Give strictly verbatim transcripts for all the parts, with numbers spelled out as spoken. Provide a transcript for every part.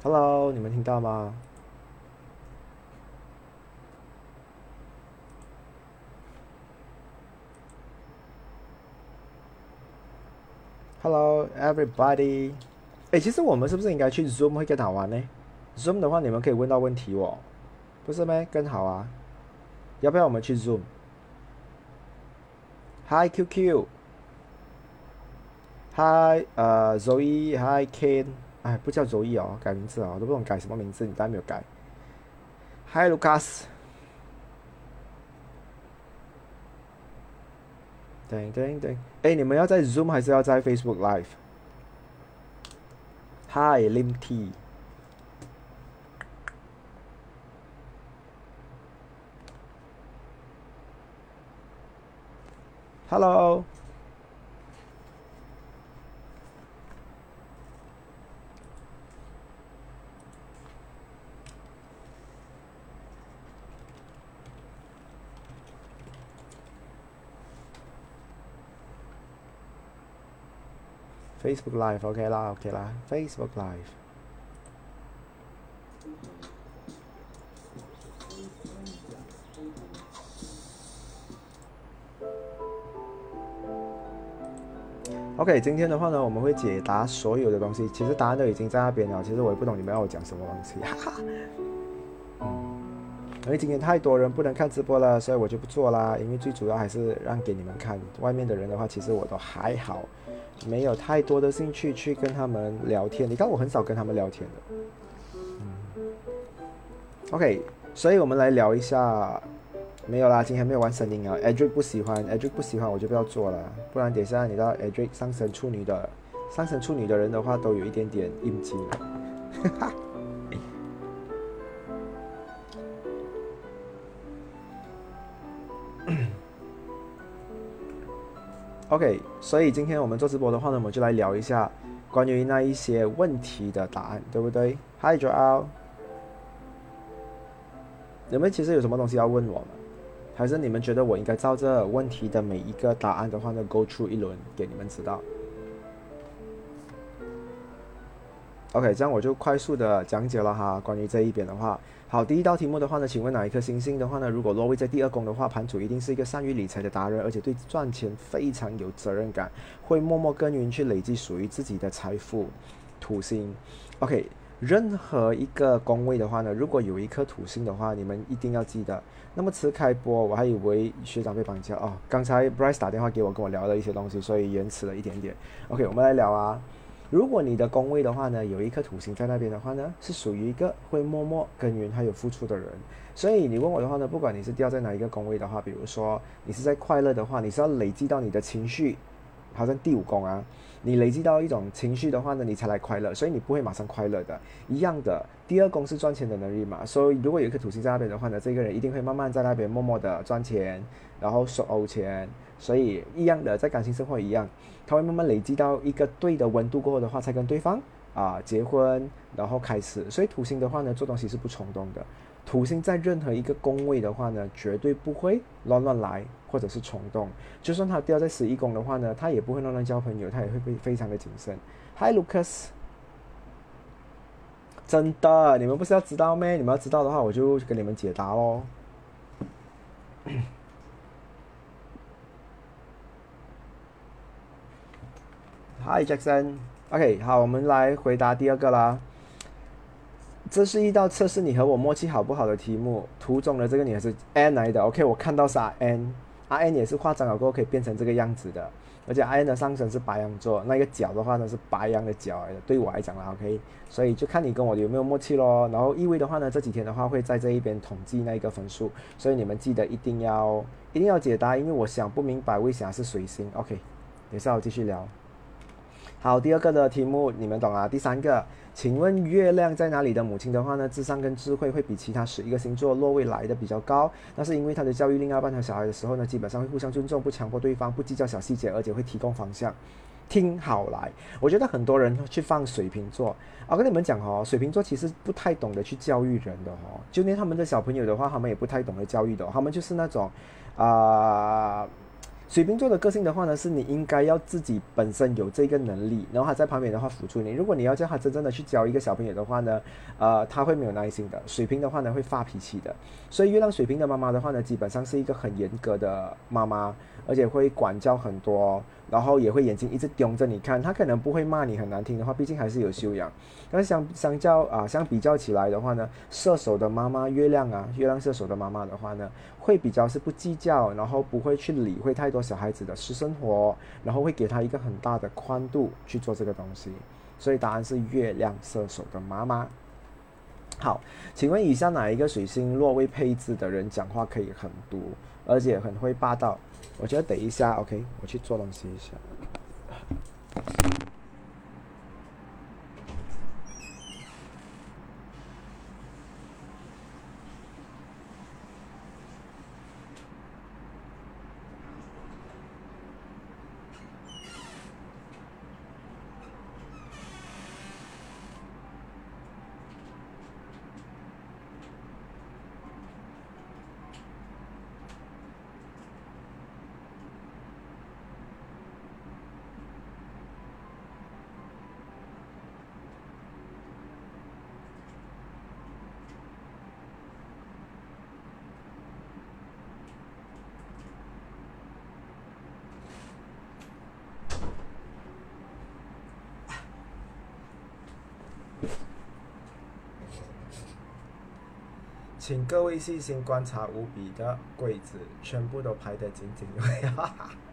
Hello，你们听到吗？Hello everybody。哎，其实我们是不是应该去 Zoom 会更好玩呢？Zoom 的话，你们可以问到问题哦，不是吗？更好啊。要不要我们去 Zoom？Hi Q Q，Hi 呃 Zoe，Hi Kane，哎，不叫 Zoe 哦，改名字哦，我都不懂改什么名字，你当然没有改。Hi Lucas，对对对，哎，你们要在 Zoom 还是要在 Facebook Live？Hi Lim T。Hello。Facebook Live，OK 啦，OK 啦，Facebook Live。OK，今天的话呢，我们会解答所有的东西。其实答案都已经在那边了。其实我也不懂你们要我讲什么东西，哈哈。因为今天太多人不能看直播了，所以我就不做啦。因为最主要还是让给你们看。外面的人的话，其实我都还好，没有太多的兴趣去跟他们聊天。你看我很少跟他们聊天的。OK，所以我们来聊一下。没有啦，今天没有玩声音啊。Edric 不喜欢 ，Edric 不喜欢，我就不要做了。不然等一下你知道 Edric 上升处女的，上升处女的人的话，都有一点点阴茎。哈哈。OK，所以今天我们做直播的话呢，我们就来聊一下关于那一些问题的答案，对不对 ？Hi Joel，你们其实有什么东西要问我吗？还是你们觉得我应该照着问题的每一个答案的话呢 ，go through 一轮给你们知道 ？OK，这样我就快速的讲解了哈。关于这一边的话，好，第一道题目的话呢，请问哪一颗星星的话呢，如果落位在第二宫的话，盘主一定是一个善于理财的达人，而且对赚钱非常有责任感，会默默耕耘去累积属于自己的财富。土星 ，OK，任何一个宫位的话呢，如果有一颗土星的话，你们一定要记得。那么迟开播，我还以为学长被绑架哦。刚才 Bryce 打电话给我，跟我聊了一些东西，所以延迟了一点点。OK，我们来聊啊。如果你的宫位的话呢，有一颗土星在那边的话呢，是属于一个会默默耕耘还有付出的人。所以你问我的话呢，不管你是掉在哪一个宫位的话，比如说你是在快乐的话，你是要累积到你的情绪，好像第五宫啊，你累积到一种情绪的话呢，你才来快乐，所以你不会马上快乐的。一样的，第二宫是赚钱的能力嘛，所以如果有一颗土星在那边的话呢，这个人一定会慢慢在那边默默的赚钱，然后收钱。所以一样的，在感情生活一样，他会慢慢累积到一个对的温度过后的话，才跟对方啊、结婚，然后开始。所以土星的话呢，做东西是不冲动的。土星在任何一个宫位的话呢，绝对不会乱乱来或者是冲动。就算他掉在十一宫的话呢，他也不会乱乱交朋友，他也会非常的谨慎。Hi Lucas，真的，你们不是要知道咩？你们要知道的话，我就跟你们解答咯。Hi Jackson，OK，、好，我们来回答第二个啦。这是一道测试你和我默契好不好的题目。图中的这个女孩是 N 来的，OK，我看到是 N，R N 也是化妆了过后可以变成这个样子的。而且 R N 的上身是白羊座，那个脚的话呢是白羊的脚来的，对我来讲啦 OK，所以就看你跟我有没有默契咯。然后意味的话呢，这几天的话会在这一边统计那个分数，所以你们记得一定要一定要解答，因为我想不明白为啥是水星。OK，等一下我继续聊。好，第二个的题目你们懂啊？第三个，请问月亮在哪里的母亲的话呢，智商跟智慧会比其他十一个星座落位来的比较高。那是因为她的教育另外一半和小孩的时候呢，基本上会互相尊重，不强迫对方，不计较小细节，而且会提供方向。听好来，我觉得很多人去放水瓶座，啊，我跟你们讲哦，水瓶座其实不太懂得去教育人的哦，就连他们的小朋友的话，他们也不太懂得教育的、哦，他们就是那种，啊、呃。 水瓶座的个性的话呢，是你应该要自己本身有这个能力，然后他在旁边的话辅助你。如果你要叫他真正的去教一个小朋友的话呢，呃，他会没有耐心的。水瓶的话呢，会发脾气的。所以月亮水瓶的妈妈的话呢，基本上是一个很严格的妈妈，而且会管教很多，然后也会眼睛一直盯着你看。他可能不会骂你很难听的话，毕竟还是有修养。但是相相较啊，相比较起来的话呢，射手的妈妈月亮啊，月亮射手的妈妈的话呢，会比较是不计较，然后不会去理会太多小孩子的私生活，然后会给他一个很大的宽度去做这个东西。所以答案是月亮射手的妈妈。好，请问以下哪一个水星落位配置的人讲话可以很毒，而且很会霸道？我觉得等一下 ，OK， 我去做东西一下。请各位细心观察无比的柜子，全部都排得井井有条。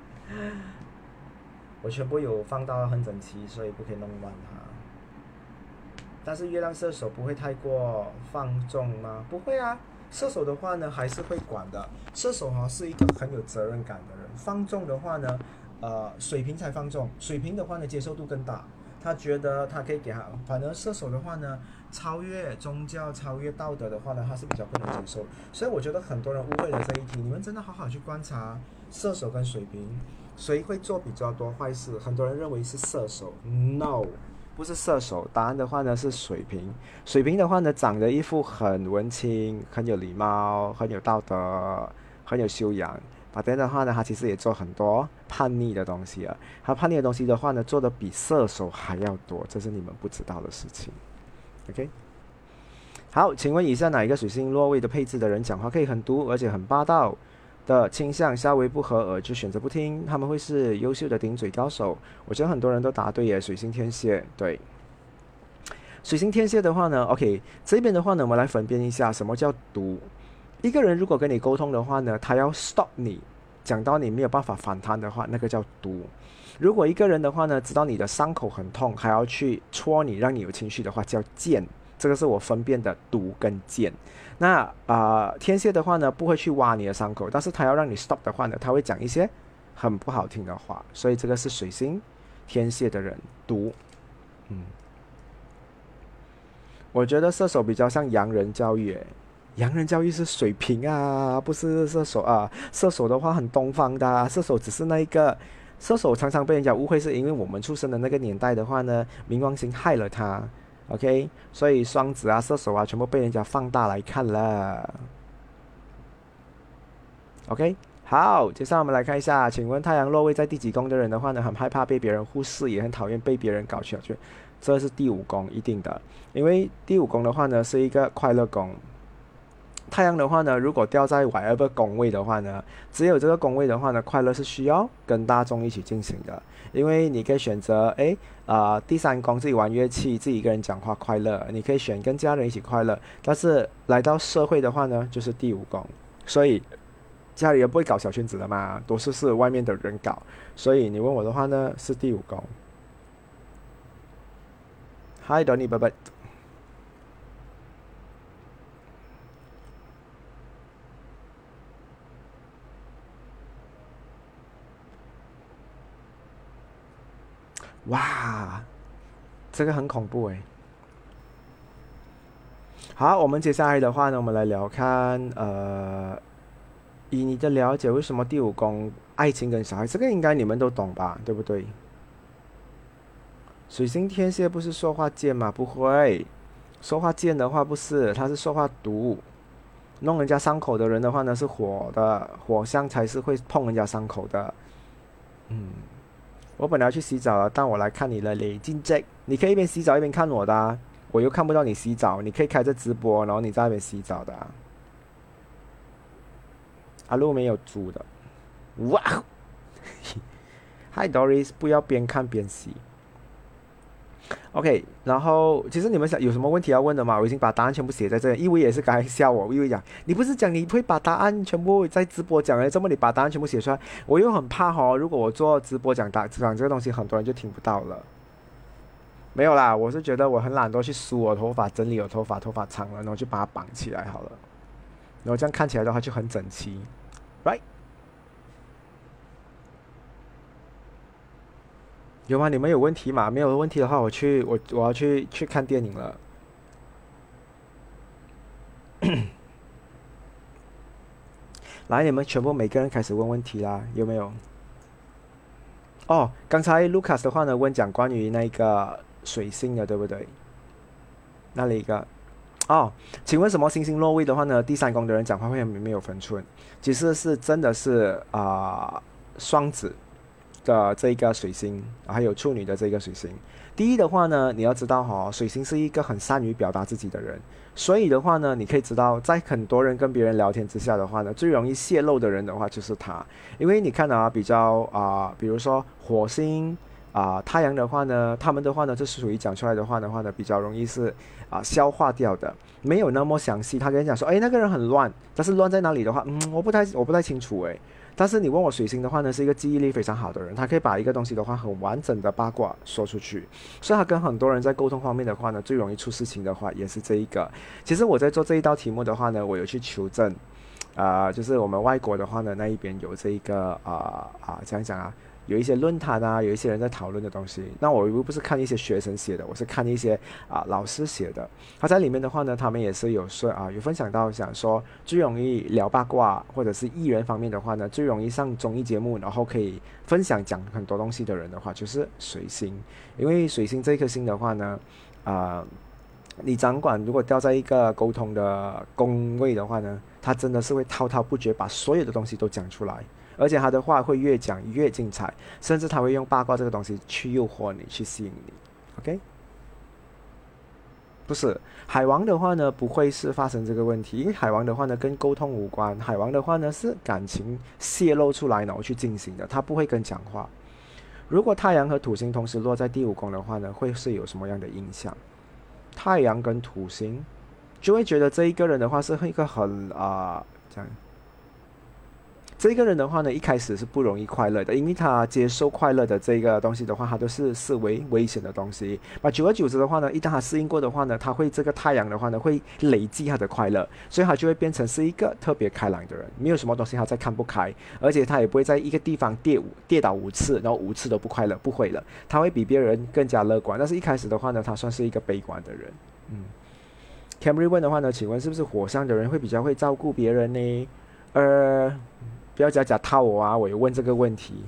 我全部有放到很整齐，所以不可以弄乱它。但是月亮射手不会太过放纵吗？不会啊，射手的话呢还是会管的。射手哈、哦、是一个很有责任感的人，放纵的话呢，呃，水瓶才放纵，水瓶的话呢接受度更大。他觉得他可以给他，反而射手的话呢，超越宗教、超越道德的话呢，他是比较不能接受。所以我觉得很多人误会了这一题，你们真的好好去观察射手跟水瓶，谁会做比较多坏事？很多人认为是射手 ，no， 不是射手。答案的话呢是水瓶。水瓶的话呢，长得一副很文青、很有礼貌、很有道德、很有修养。把这的话呢，他其实也做很多叛逆的东西啊。他叛逆的东西的话呢，做的比射手还要多，这是你们不知道的事情。OK， 好，请问以下哪一个水星落位的配置的人讲话可以很毒，而且很霸道的倾向稍微不合耳就选择不听？他们会是优秀的顶嘴高手。我觉得很多人都答对耶，水星天蝎，对。水星天蝎的话呢 ，OK， 这边的话呢，我们来分辨一下什么叫毒。一个人如果跟你沟通的话呢，他要 stop 你，讲到你没有办法反弹的话，那个叫毒。如果一个人的话呢，知道你的伤口很痛，还要去戳你，让你有情绪的话，叫贱。这个是我分辨的毒跟贱。那啊、呃，天蝎的话呢，不会去挖你的伤口，但是他要让你 stop 的话呢，他会讲一些很不好听的话。所以这个是水星天蝎的人毒。嗯，我觉得射手比较像洋人教育，诶。洋人教育是水瓶啊，不是射手啊。射手的话很东方的、啊，射手只是那一个。射手常常被人家误会，是因为我们出生的那个年代的话呢，冥王星害了他。OK， 所以双子啊、射手啊，全部被人家放大来看了。OK， 好，接下来我们来看一下，请问太阳落位在第几宫的人的话呢，很害怕被别人忽视，也很讨厌被别人搞下去。这是第五宫，一定的，因为第五宫的话呢是一个快乐宫。太阳的话呢，如果掉在 whatever 宫位的话呢，只有这个宫位的话呢，快乐是需要跟大众一起进行的，因为你可以选择，诶，呃，第三宫自己玩乐器，自己一个人讲话快乐，你可以选跟家人一起快乐，但是来到社会的话呢，就是第五宫，所以家里人不会搞小圈子的嘛，多数是外面的人搞，所以你问我的话呢，是第五宫。Hi Donny， 拜拜。哇，这个很恐怖诶。好，我们接下来的话呢，我们来聊看，呃，以你的了解，为什么第五宫爱情跟小孩，这个应该你们都懂吧，对不对？水星天蝎不是说话贱吗？不会，说话贱的话不是，他是说话毒。弄人家伤口的人的话呢，是火的，火象才是会碰人家伤口的。 嗯，我本来要去洗澡了，但我来看你了嘞，金 Jack，你可以一边洗澡一边看我的、啊，我又看不到你洗澡，你可以开着直播，然后你在那边洗澡的、啊。阿路没有租的，哇！Hi Doris，不要边看边洗。OK， 然后其实你们想有什么问题要问的吗？我已经把答案全部写在这里。因为也是刚才笑我，因为讲你不是讲你会把答案全部在直播讲的，这么你把答案全部写出来，我又很怕哦。如果我做直播讲答讲这个东西，很多人就听不到了。没有啦，我是觉得我很懒惰去梳我头发，整理我头发，头发长了，然后就把它绑起来好了。然后这样看起来的话就很整齐 ，right？ 有吗？你们有问题吗？没有问题的话，我去我我要去去看电影了。来，你们全部每个人开始问问题啦，有没有？哦，刚才 Lucas 的话呢，问讲关于那个水星的，对不对？那里一个？哦，请问什么星星落位的话呢？第三宫的人讲话会没有分寸，其实是真的是啊，双、呃、子的这个水星，还有处女的这个水星。第一的话呢，你要知道哈、哦，水星是一个很善于表达自己的人，所以的话呢，你可以知道，在很多人跟别人聊天之下的话呢，最容易泄露的人的话就是他，因为你看啊，比较啊、呃，比如说火星。啊、呃，太阳的话呢，他们的话呢，这是属于讲出来的话的话呢，比较容易是啊、呃、消化掉的，没有那么详细。他跟你讲说，哎，那个人很乱，但是乱在哪里的话，嗯，我不太我不太清楚哎。但是你问我水星的话呢，是一个记忆力非常好的人，他可以把一个东西的话很完整的八卦说出去，所以他跟很多人在沟通方面的话呢，最容易出事情的话也是这一个。其实我在做这一道题目的话呢，我有去求证，啊、呃，就是我们外国的话呢，那一边有这一个啊啊，讲讲啊。有一些论坛啊，有一些人在讨论的东西。那我又不是看一些学生写的，我是看一些啊老师写的。他在里面的话呢，他们也是有说啊，有分享到想说最容易聊八卦或者是艺人方面的话呢，最容易上综艺节目，然后可以分享讲很多东西的人的话，就是水星。因为水星这颗星的话呢，啊、呃，你掌管如果掉在一个沟通的宫位的话呢，他真的是会滔滔不绝把所有的东西都讲出来。而且他的话会越讲越精彩，甚至他会用八卦这个东西去诱惑你，去吸引你 ，OK？ 不是海王的话呢，不会是发生这个问题，因为海王的话呢跟沟通无关，海王的话呢是感情泄露出来然后去进行的，他不会跟讲话。如果太阳和土星同时落在第五宫的话呢，会是有什么样的影响？太阳跟土星就会觉得这一个人的话是一个很啊、呃、这样。这个人的话呢，一开始是不容易快乐的，因为他接受快乐的这个东西的话，他都是视为危险的东西。那久而久之的话呢，一旦他适应过的话呢，他会这个太阳的话呢，会累积他的快乐，所以他就会变成是一个特别开朗的人，没有什么东西他再看不开，而且他也不会在一个地方跌跌倒五次，然后五次都不快乐，不会了，他会比别人更加乐观。但是一开始的话呢，他算是一个悲观的人。嗯 ，Camry 问的话呢，请问是不是火象的人会比较会照顾别人呢？呃。不要假假套我啊！我有问这个问题，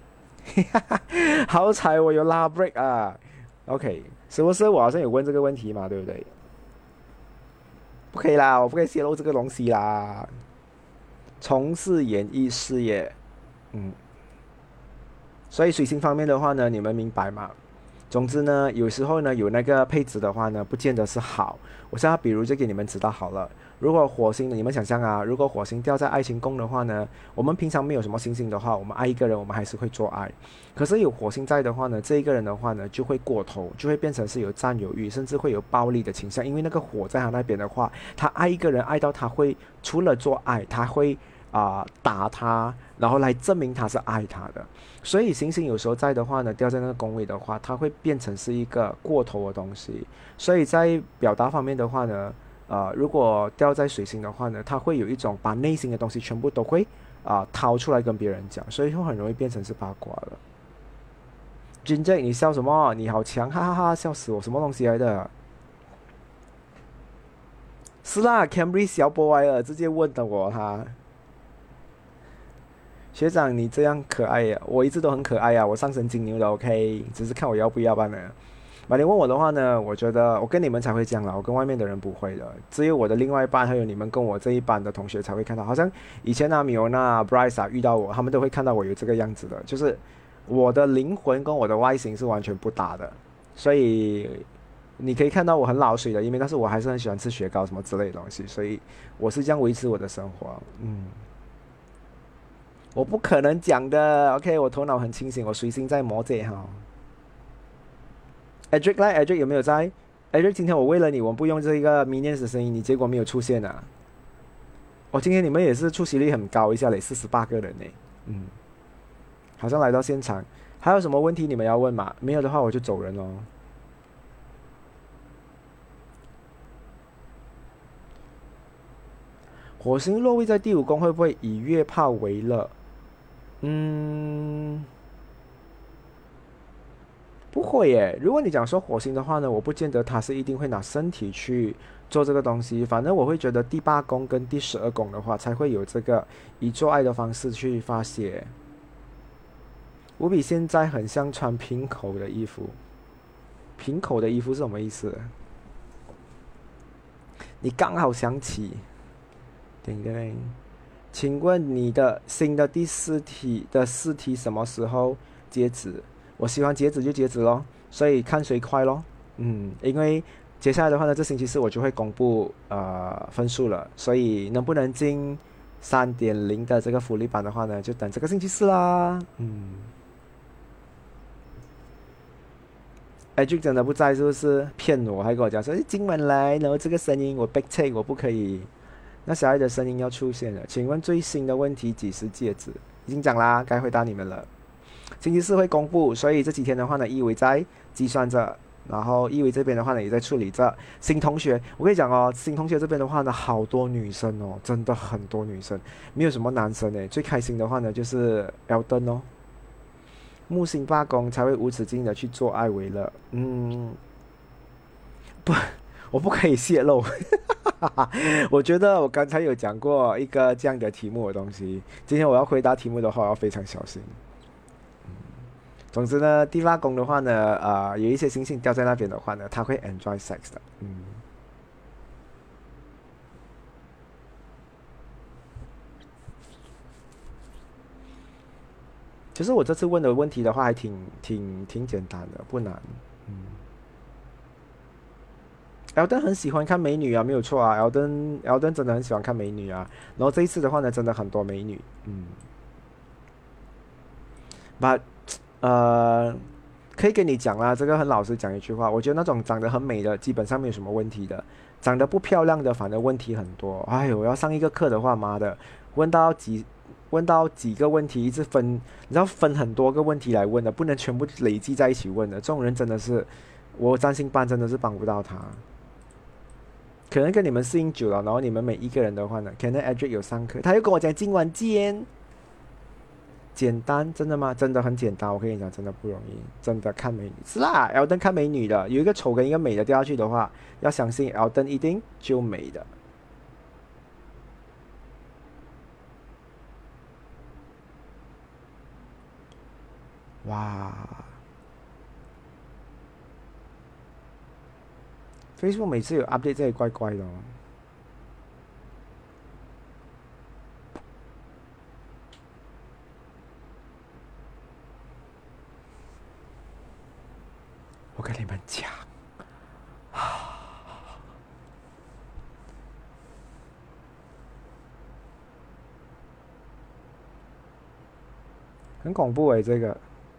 好彩我有拉 break 啊。OK， 是不是我好像有问这个问题嘛？对不对？不可以啦，我不可以泄露这个东西啦。从事演艺事业，嗯，所以水星方面的话呢，你们明白吗？总之呢，有时候呢，有那个配置的话呢，不见得是好。我现在比如就给你们知道好了。如果火星，你们想象啊，如果火星掉在爱情宫的话呢，我们平常没有什么星星的话，我们爱一个人，我们还是会做爱。可是有火星在的话呢，这一个人的话呢，就会过头，就会变成是有占有欲，甚至会有暴力的倾向。因为那个火在他那边的话，他爱一个人爱到他会除了做爱，他会啊、呃、打他，然后来证明他是爱他的。所以星星有时候在的话呢，掉在那个宫位的话，它会变成是一个过头的东西。所以在表达方面的话呢，呃，如果掉在水星的话呢，它会有一种把内心的东西全部都会啊、呃、掏出来跟别人讲，所以会很容易变成是八卦了。君正，你笑什么？你好强，哈哈哈！笑死我，什么东西来的？是啦 ，Camry 小 boy 了，直接问的我他。学长，你这样可爱呀！我一直都很可爱呀，我上升金牛的 ，OK， 只是看我要不要罢了。马你问我的话呢，我觉得我跟你们才会这样啦，我跟外面的人不会的，只有我的另外一半还有你们跟我这一班的同学才会看到。好像以前啊，米欧娜、Bryce 啊遇到我，他们都会看到我有这个样子的，就是我的灵魂跟我的外形是完全不搭的，所以你可以看到我很老水的一面，但是我还是很喜欢吃雪糕什么之类的东西，所以我是这样维持我的生活。嗯，我不可能讲的。OK， 我头脑很清醒，我随心在摩羯哈。Edric 来 ，Edric 有没有在 ？Edric 今天我为了你，我们不用这个 Minions 的声音，你结果没有出现啊。哦，今天你们也是出席率很高一下嘞，四十八个人呢。嗯，好像来到现场，还有什么问题你们要问吗？没有的话我就走人喽。火星落位在第五宫，会不会以月炮为乐？嗯，不会耶。如果你讲说火星的话呢，我不见得它是一定会拿身体去做这个东西。反正我会觉得第八宫跟第十二宫的话，才会有这个以做爱的方式去发泄。我比现在很像穿平口的衣服。平口的衣服是什么意思？你刚好想起。叮叮，请问你的新的第四题的试题什么时候截止？我希望截止就截止咯，所以看谁快咯。嗯，因为接下来的话呢，这星期四我就会公布呃分数了，所以能不能进三点零的这个福利版的话呢，就等这个星期四啦。嗯。Edric 真的不在是不是？骗我，还跟我讲说今晚来，然后这个声音我 back take 我不可以。那小爱的声音要出现了，请问最新的问题几时截止？已经讲啦，该回答你们了。星期四会公布，所以这几天的话呢，一维在计算着，然后一维这边的话呢也在处理着。新同学，我跟你讲哦，新同学这边的话呢，好多女生哦，真的很多女生，没有什么男生诶。最开心的话呢，就是 Elton 哦，木星罢工才会无止境的去做爱为乐。嗯，不，我不可以泄露。我觉得我刚才有讲过一个这样的题目的东西，今天我要回答题目的话，我要非常小心。嗯，总之呢，第八宫的话呢，呃，有一些星星掉在那边的话呢，他会 enjoy sex 的。嗯，其实我这次问的问题的话，还挺挺挺简单的，不难。嗯。Elton 很喜欢看美女啊，没有错啊。Elton Elton 真的很喜欢看美女啊。然后这一次的话呢，真的很多美女。嗯。But 呃，可以跟你讲啦，这个很老实讲一句话，我觉得那种长得很美的，基本上没有什么问题的。长得不漂亮的，反而问题很多。哎呦，我要上一个课的话，妈的，问到几问到几个问题，一直分，你知道分很多个问题来问的，不能全部累积在一起问的。这种人真的是，我占星班真的是帮不到他。可能跟你们适应久了，然后你们每一个人的话呢，可能 Edric 有上课，他又跟我讲今晚见。简单，真的吗？真的很简单，我跟你讲，真的不容易，真的看美女是啦，Elton 看美女的，有一个丑跟一个美的掉下去的话，要相信 Elton 一定就美的。哇 ，Facebook 每次有 update 这里怪怪的哦。我跟你们讲，很恐怖诶，这个。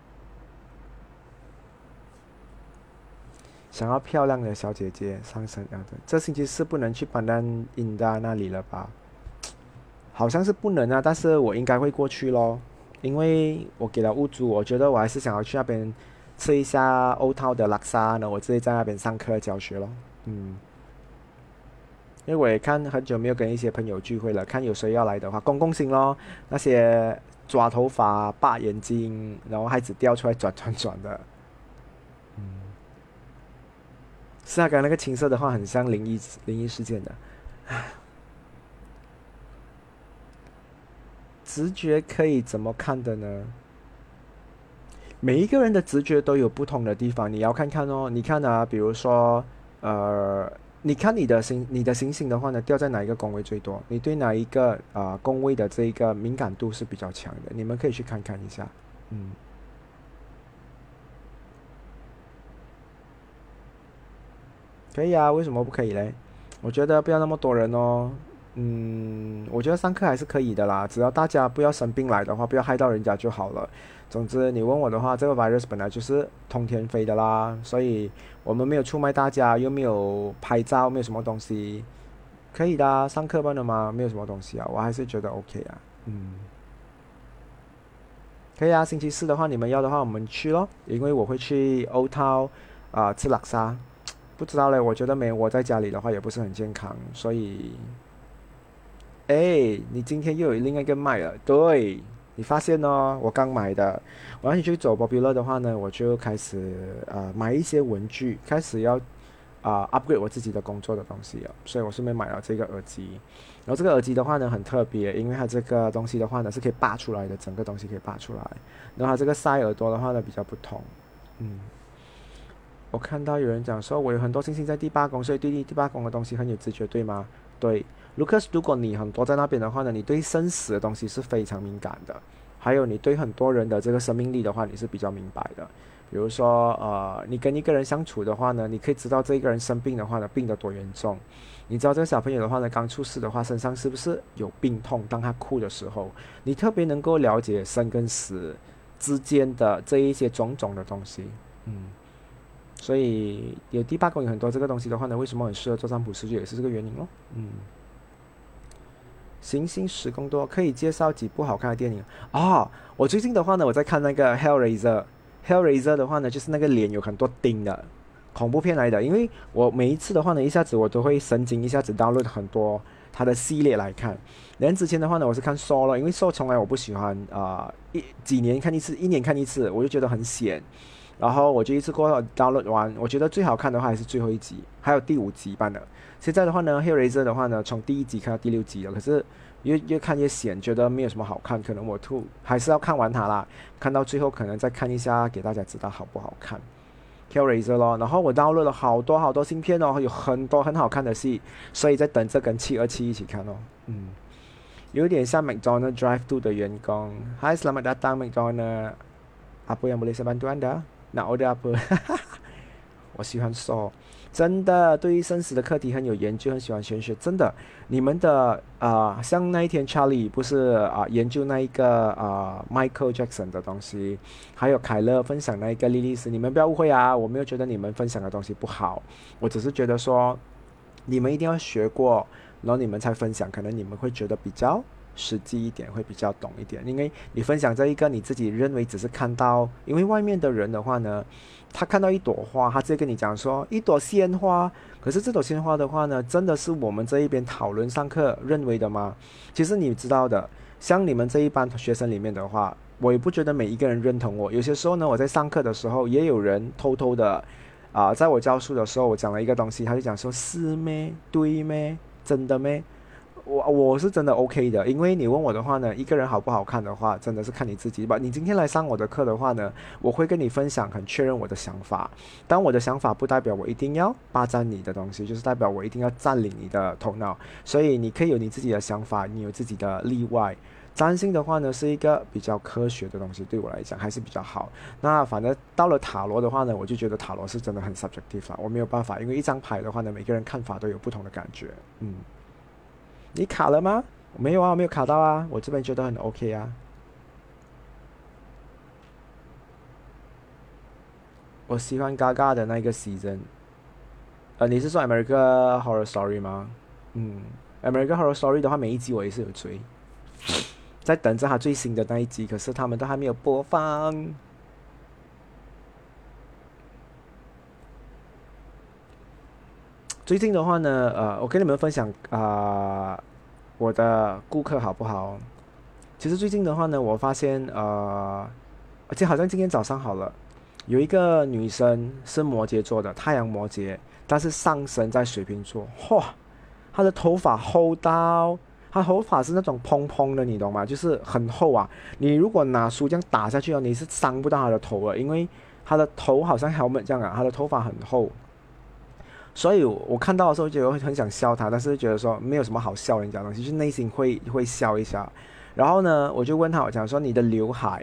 想要漂亮的小姐姐上升要的，这星期四不能去班丹印达那里了吧？好像是不能啊，但是我应该会过去咯，因为我给了屋主，我觉得我还是想要去那边吃一下欧涛的拉萨呢，我自己在那边上课教学咯。嗯，因为我也看很久没有跟一些朋友聚会了，看有谁要来的话，公共性咯，那些抓头发、拔眼睛，然后孩子掉出来转转转的。嗯。是啊，刚刚那个青色的话，很像灵异灵异事件的。直觉可以怎么看的呢？每一个人的直觉都有不同的地方，你要看看哦。你看啊，比如说，呃，你看你的星，你的星星的话呢，掉在哪一个宫位最多？你对哪一个啊、呃、宫位的这一个敏感度是比较强的？你们可以去看看一下。嗯。 可以啊，为什么不可以嘞？我觉得不要那么多人哦。嗯，我觉得上课还是可以的啦，只要大家不要生病来的话，不要害到人家就好了。总之，你问我的话，这个 virus 本来就是通天飞的啦，所以我们没有出卖大家，又没有拍照，没有什么东西，可以的啊，上课班的嘛，没有什么东西啊，我还是觉得 OK 啊。嗯，可以啊，星期四的话，你们要的话，我们去咯，因为我会去欧涛啊、吃拉沙。不知道嘞，我觉得没我在家里的话也不是很健康，所以，哎，你今天又有另外一个卖了，对，你发现哦，我刚买的，我要去走 Popular 的话呢，我就开始呃买一些文具，开始要啊、呃 upgrade 我自己的工作的东西了，所以我顺便买了这个耳机。然后这个耳机的话呢很特别，因为它这个东西的话呢是可以拔出来的，整个东西可以拔出来。然后它这个塞耳朵的话呢比较不同，嗯。我看到有人讲说，我有很多星星在第八宫，所以对第八宫的东西很有直觉，对吗？对，Lucas，如果你很多在那边的话呢，你对生死的东西是非常敏感的，还有你对很多人的这个生命力的话，你是比较明白的。比如说，呃，你跟一个人相处的话呢，你可以知道这一个人生病的话呢，病得多严重。你知道这个小朋友的话呢，刚出世的话，身上是不是有病痛？当他哭的时候，你特别能够了解生跟死之间的这一些种种的东西，嗯。所以有第八宫有很多这个东西的话呢，为什么很适合做占卜师，就也是这个原因咯。嗯，行星十宫多，可以介绍几部好看的电影啊？我最近的话呢，我在看那个 Hellraiser，Hellraiser 的话呢，就是那个脸有很多钉的恐怖片来的。因为我每一次的话呢，一下子我都会神经一下子 download 很多它的系列来看。然后之前的话呢，我是看 Saw 了，因为 Saw 从来我不喜欢啊、呃，一几年看一次，一年看一次，我就觉得很闲。然后我就一次过后 download 完，我觉得最好看的话还是最后一集，还有第五集版的。现在的话呢，Hellraiser 的话呢，从第一集看到第六集了，可是越越看越闲，觉得没有什么好看，可能我吐还是要看完它啦，看到最后可能再看一下，给大家知道好不好看。Hellraiser 咯，然后我 download 了好多好多芯片哦，有很多很好看的戏，所以在等着跟七二七一起看哦。嗯，有点像 McDonald Drive-Thru 的员工。Hi, selamat datang McDonald. Apa yang boleh saya bantu anda? Nak order apa？ 我喜欢说，真的对于生死的课题很有研究，很喜欢玄学，真的。你们的啊、呃，像那一天 Charlie 不是啊、呃、研究那一个啊、呃、Michael Jackson 的东西，还有凯勒分享那一个莉莉丝，你们不要误会啊，我没有觉得你们分享的东西不好，我只是觉得说你们一定要学过，然后你们才分享，可能你们会觉得比较实际一点，会比较懂一点。因为你分享这一个你自己认为只是看到，因为外面的人的话呢，他看到一朵花，他直接跟你讲说一朵鲜花，可是这朵鲜花的话呢，真的是我们这一边讨论上课认为的吗？其实你知道的，像你们这一班学生里面的话，我也不觉得每一个人认同我。有些时候呢，我在上课的时候，也有人偷偷的啊、呃，在我教书的时候，我讲了一个东西，他就讲说是咩？对咩？真的咩？我我是真的 OK 的，因为你问我的话呢，一个人好不好看的话，真的是看你自己吧。你今天来上我的课的话呢，我会跟你分享，很确认我的想法。但我的想法不代表我一定要霸占你的东西，就是代表我一定要占领你的头脑。所以你可以有你自己的想法，你有自己的例外。占星的话呢，是一个比较科学的东西，对我来讲还是比较好。那反正到了塔罗的话呢，我就觉得塔罗是真的很 subjective 啦，我没有办法，因为一张牌的话呢，每个人看法都有不同的感觉，嗯。你卡了吗？没有啊，我没有卡到啊，我这边觉得很 OK 啊。我喜欢 Gaga 的那个 season。呃，你是说 American Horror Story 吗？嗯，American Horror Story 的话，每一集我也是有追，在等着它最新的那一集，可是他们都还没有播放。最近的话呢，呃，我跟你们分享啊、呃，我的顾客好不好？其实最近的话呢，我发现呃，而且好像今天早上好了，有一个女生是摩羯座的，太阳摩羯，但是上升在水瓶座，嚯，她的头发厚到，她头发是那种蓬蓬的，你懂吗？就是很厚啊，你如果拿书这样打下去哦，你是伤不到她的头的，因为她的头好像 helmet 这样啊，她的头发很厚。所以我看到的时候觉得很想笑他，但是觉得说没有什么好笑人家的东西，就内心会会笑一下。然后呢，我就问他，我讲说你的刘海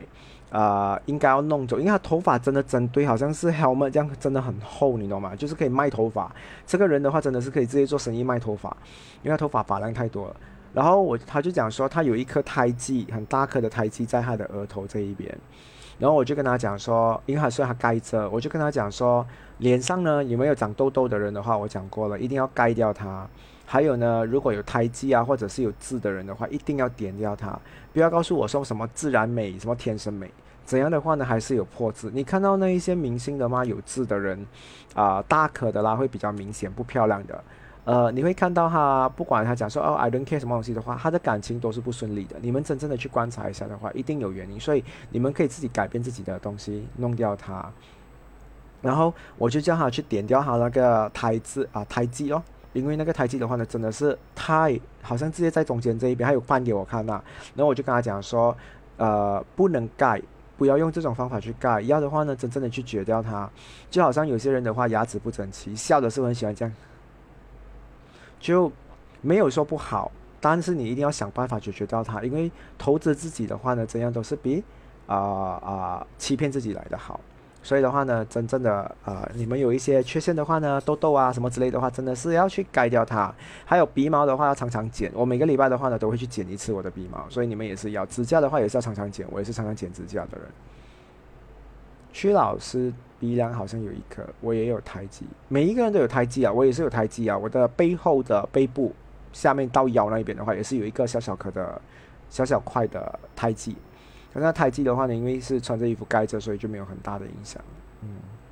呃，应该要弄走，因为他头发真的针对，好像是 helmet 这样，真的很厚，你懂吗？就是可以卖头发。这个人的话，真的是可以直接做生意卖头发，因为他头发发量太多了。然后我他就讲说，他有一颗胎记，很大颗的胎记在他的额头这一边。然后我就跟他讲说，因为他说他盖着，我就跟他讲说，脸上呢有没有长痘痘的人的话，我讲过了，一定要盖掉它。还有呢，如果有胎记啊，或者是有痣的人的话，一定要点掉它。不要告诉我说什么自然美，什么天生美，怎样的话呢，还是有破痣。你看到那一些明星的吗？有痣的人，啊、呃，大颗的啦，会比较明显，不漂亮的。呃，你会看到他，不管他讲说哦，I don't care 什么东西的话，他的感情都是不顺利的。你们真正的去观察一下的话，一定有原因。所以你们可以自己改变自己的东西，弄掉它。然后我就叫他去点掉他那个胎痣啊，胎记咯。因为那个胎记的话呢，真的是太好像直接在中间这一边，还有翻给我看呐、啊。然后我就跟他讲说，呃，不能盖，不要用这种方法去盖，要的话呢，真正的去撅掉它。就好像有些人的话，牙齿不整齐，笑的时候很喜欢这样，就没有说不好，但是你一定要想办法解决掉它，因为投资自己的话呢，怎样都是比啊啊、呃呃、欺骗自己来的好。所以的话呢，真正的呃，你们有一些缺陷的话呢，痘痘啊什么之类的话，真的是要去改掉它。还有鼻毛的话，要常常剪。我每个礼拜的话呢，都会去剪一次我的鼻毛，所以你们也是要。指甲的话也是要常常剪，我也是常常剪指甲的人。屈老师鼻梁好像有一颗，我也有胎记，每一个人都有胎记啊，我也是有胎记啊。我的背后的背部下面到腰那一边的话，也是有一个小小颗的、小小块的胎记。那胎记的话呢，因为是穿着衣服盖着，所以就没有很大的影响。嗯，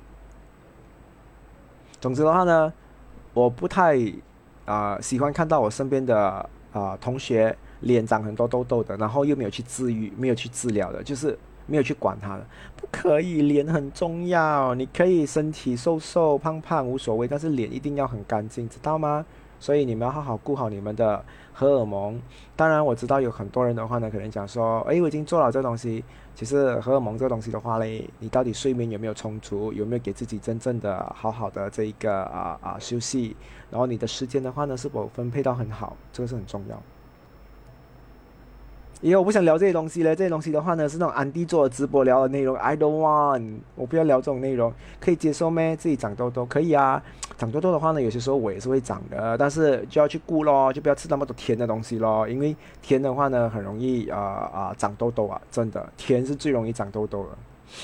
总之的话呢，我不太啊、呃、喜欢看到我身边的啊、呃、同学脸长很多痘痘的，然后又没有去治愈，没有去治疗的，就是没有去管它的。不可以，脸很重要。你可以身体瘦瘦胖胖无所谓，但是脸一定要很干净，知道吗？所以你们要好好顾好你们的荷尔蒙。当然我知道有很多人的话呢，可能讲说，诶，我已经做了这东西。其实荷尔蒙这个东西的话嘞，你到底睡眠有没有充足，有没有给自己真正的好好的这一个啊啊休息，然后你的时间的话呢，是否分配到很好，这个是很重要。因为我不想聊这些东西嘞，这些东西的话呢是那种安迪做的直播聊的内容 ，I don't want，我不要聊这种内容，可以接受咩？自己长痘痘可以啊，长痘痘的话呢，有些时候我也是会长的，但是就要去顾咯，就不要吃那么多甜的东西咯，因为甜的话呢很容易啊啊、呃呃、长痘痘啊，真的，甜是最容易长痘痘的。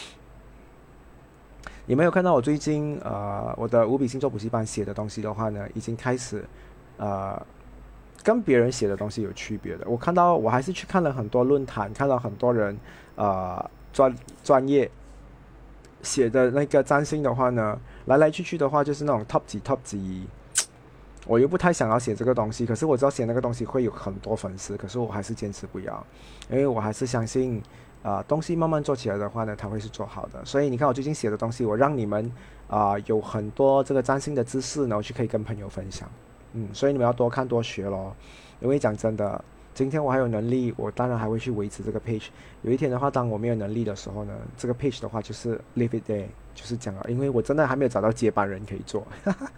你没有看到我最近呃我的五笔星座补习班写的东西的话呢，已经开始呃。跟别人写的东西有区别的。我看到，我还是去看了很多论坛，看到很多人，呃，专专业写的那个占星的话呢，来来去去的话就是那种 top 几 top 几。我又不太想要写这个东西，可是我知道写那个东西会有很多粉丝，可是我还是坚持不要，因为我还是相信，啊、呃，东西慢慢做起来的话呢，它会是做好的。所以你看我最近写的东西，我让你们啊、呃、有很多这个占星的知识，然后去可以跟朋友分享。嗯，所以你们要多看多学咯，因为讲真的，今天我还有能力，我当然还会去维持这个 page。有一天的话，当我没有能力的时候呢，这个 page 的话就是 leave it there， 就是讲了，因为我真的还没有找到接班人可以做。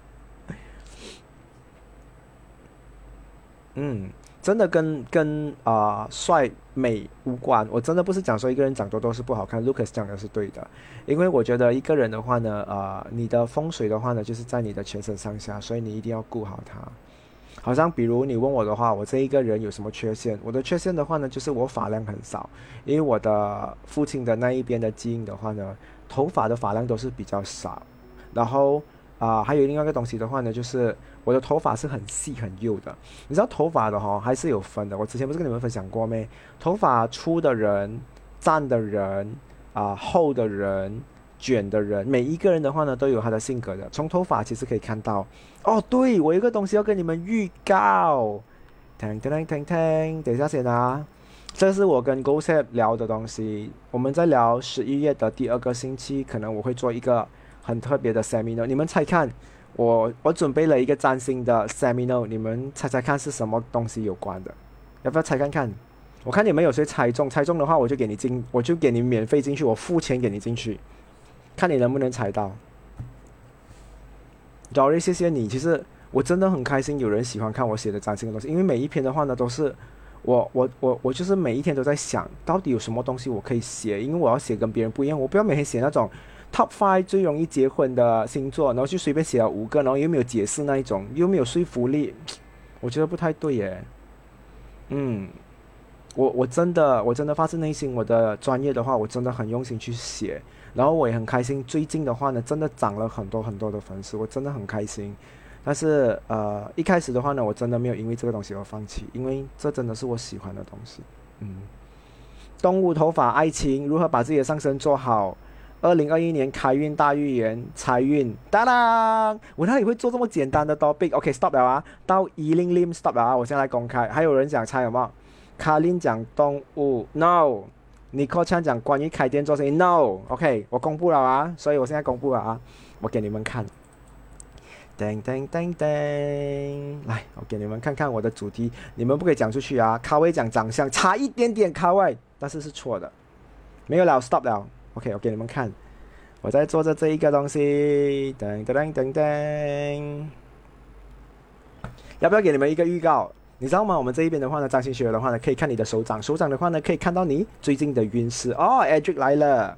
嗯，真的跟跟啊、呃、帅美无关。我真的不是讲说一个人长痘痘是不好看 ，Lucas 讲的是对的。因为我觉得一个人的话呢，呃，你的风水的话呢，就是在你的全身上下，所以你一定要顾好它。好像比如你问我的话，我这一个人有什么缺陷？我的缺陷的话呢，就是我发量很少，因为我的父亲的那一边的基因的话呢，头发的发量都是比较少。然后啊、呃还有另外一个东西的话呢，就是我的头发是很细很幼的。你知道头发的哈、哦、还是有分的。我之前不是跟你们分享过没？头发粗的人、站的人啊、呃、厚的人、卷的人，每一个人的话呢都有他的性格的。从头发其实可以看到。哦，对，我有一个东西要跟你们预告。听听听听，等一下先啊。这是我跟 GoSep 聊的东西。我们在聊十一月的第二个星期，可能我会做一个很特别的 seminar。你们猜看，我我准备了一个占星的 seminar， 你们猜猜看是什么东西有关的？要不要猜看看？我看你们有谁猜中，猜中的话我就给你进，我就给你免费进去，我付钱给你进去，看你能不能猜到。Dory， 谢谢你。其实我真的很开心，有人喜欢看我写的占星的东西，因为每一篇的话呢，都是我我我我就是每一天都在想，到底有什么东西我可以写，因为我要写跟别人不一样，我不要每天写那种 top five 最容易结婚的星座，然后就随便写了五个，然后又没有解释那一种，又没有说服力，我觉得不太对耶。嗯，我我真的我真的发自内心，我的专业的话，我真的很用心去写，然后我也很开心。最近的话呢，真的涨了很多很多的粉丝，我真的很开心。但是呃，一开始的话呢，我真的没有因为这个东西而放弃，因为这真的是我喜欢的东西。嗯，动物头发爱情如何把自己的上身做好？二零二一年开运大预言，财运，当当！我哪里会做这么简单的 topic？OK，stop、okay, 了啊，到一零零 stop 了啊，我现在来公开。还有人讲猜有没有？卡琳讲动物 ，no。Nicole Chan 讲关于开店做生意 ，no。OK， 我公布了啊，所以我现在公布了啊，我给你们看。叮叮叮叮，来，我给你们看看我的主题，你们不可以讲出去啊。卡位讲长相差一点点，卡位，但是是错的，没有了 ，stop 了。OK， 我给你们看，我在做着这一个东西，噔噔噔噔噔，要不要给你们一个预告？你知道吗？我们这一边的话呢，占星学的话呢，可以看你的手掌，手掌的话呢，可以看到你最近的运势哦。Edric 来了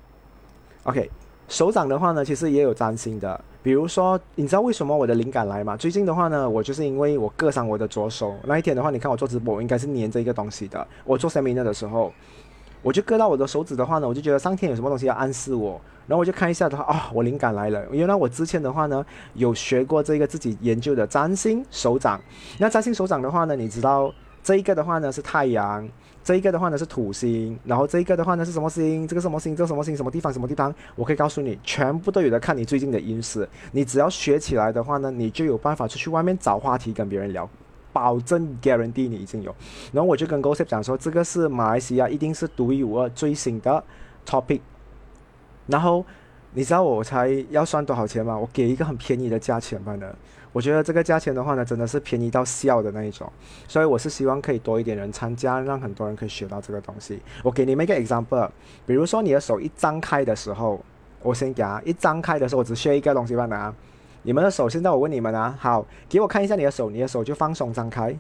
，OK， 手掌的话呢，其实也有占星的。比如说，你知道为什么我的灵感来吗？最近的话呢，我就是因为我割伤我的左手那一天的话，你看我做直播，我应该是粘着一个东西的。我做 seminar 的时候，我就割到我的手指的话呢，我就觉得上天有什么东西要暗示我，然后我就看一下的话，啊、哦，我灵感来了。原来我之前的话呢，有学过这个自己研究的占星手掌。那占星手掌的话呢，你知道这一个的话呢是太阳。这一个的话呢是土星，然后这一个的话呢是什么星？这个什么星？这个什么星？什么地方？什么地方？我可以告诉你，全部都有的看你最近的运势。你只要学起来的话呢，你就有办法出去外面找话题跟别人聊，保证 guarantee 你已经有。然后我就跟 Gossip 讲说，这个是马来西亚一定是独一无二最新的 topic。然后你知道我才要算多少钱吗？我给一个很便宜的价钱吧呢。我觉得这个价钱的话呢，真的是便宜到笑的那一种，所以我是希望可以多一点人参加，让很多人可以学到这个东西。我给你们一个 example， 比如说你的手一张开的时候，我先讲，一张开的时候，我只学一个东西吧呢。你们的手，现在我问你们啊，好，给我看一下你的手，你的手就放松张开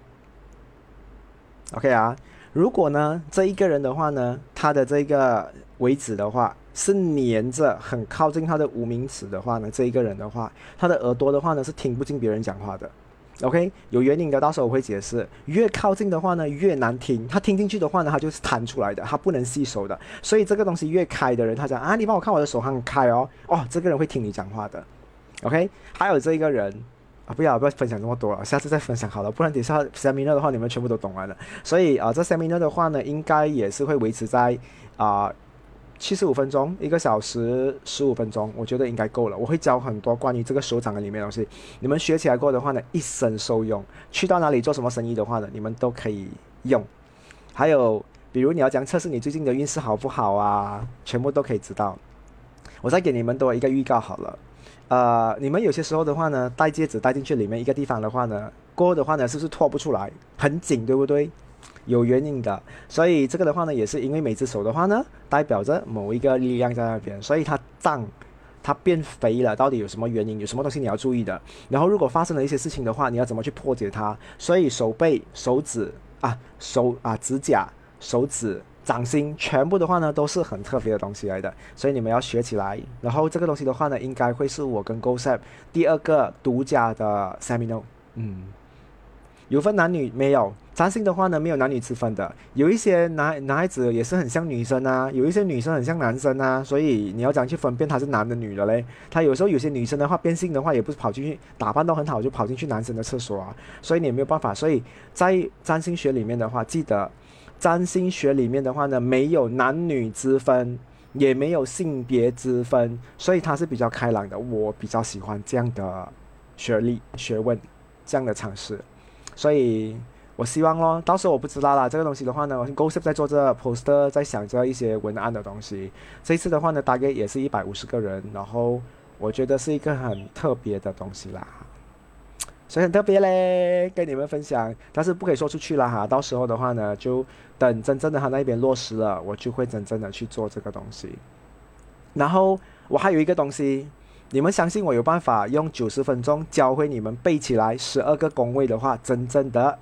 ，OK 啊。如果呢，这一个人的话呢，他的这个位置的话是黏着很靠近他的无名指的话呢，这一个人的话，他的耳朵的话呢是听不进别人讲话的 ，OK， 有原因的，到时候我会解释。越靠近的话呢越难听，他听进去的话呢，他就是弹出来的，他不能吸收的。所以这个东西越开的人，他讲啊，你帮我看我的手很开哦，哦，这个人会听你讲话的 ，OK。还有这一个人。啊，不要不要分享这么多了，下次再分享好了，不然等下 seminar 的话你们全部都懂完了。所以啊、呃，这 seminar 的话呢，应该也是会维持在啊七十五分钟，一个小时十五分钟，我觉得应该够了。我会教很多关于这个手掌的里面的东西，你们学起来过的话呢，一生受用。去到哪里做什么生意的话呢，你们都可以用。还有，比如你要讲测试你最近的运势好不好啊，全部都可以知道。我再给你们多一个预告好了。呃，你们有些时候的话呢，戴戒指戴进去里面一个地方的话呢，过后的话呢，是不是脱不出来，很紧，对不对？有原因的，所以这个的话呢，也是因为每只手的话呢，代表着某一个力量在那边，所以它胀，它变肥了，到底有什么原因？有什么东西你要注意的？然后如果发生了一些事情的话，你要怎么去破解它？所以手背、手指啊、手啊、指甲、手指。掌心全部的话呢都是很特别的东西来的，所以你们要学起来。然后这个东西的话呢，应该会是我跟 Gossip 第二个独家的 seminar。嗯，有分男女没有？占星的话呢，没有男女之分的。有一些男男孩子也是很像女生啊，有一些女生很像男生啊，所以你要讲去分辨他是男的女的嘞。他有时候有些女生的话变性的话，也不是跑进去打扮都很好就跑进去男生的厕所啊，所以你也没有办法。所以在占星学里面的话，记得。占星学里面的话呢，没有男女之分，也没有性别之分，所以它是比较开朗的。我比较喜欢这样的学历、学问，这样的尝试。所以我希望咯，到时候我不知道啦，这个东西的话呢，我 Gossip 在做这 poster， 在想着一些文案的东西。这一次的话呢，大概也是一百五十个人，然后我觉得是一个很特别的东西啦。所以很特别嘞，跟你们分享，但是不可以说出去啦哈。到时候的话呢，就等真正的他那边落实了，我就会真正的去做这个东西。然后我还有一个东西，你们相信我有办法用九十分钟教会你们背起来十二个宫位的话，真正的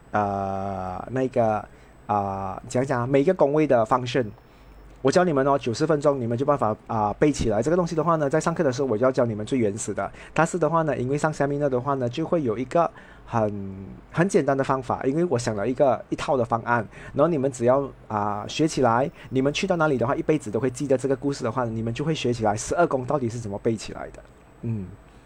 呃那个啊、呃、讲讲每一个宫位的方向。我教你们哦，九十分钟你们就办法啊、呃、背起来。这个东西的话呢，在上课的时候我就要教你们最原始的。但是的话呢，因为上 seminar 的话呢，就会有一个很很简单的方法，因为我想了一个一套的方案，然后你们只要啊、呃、学起来，你们去到哪里的话，一辈子都会记得这个故事的话，你们就会学起来十二宫到底是怎么背起来的。嗯。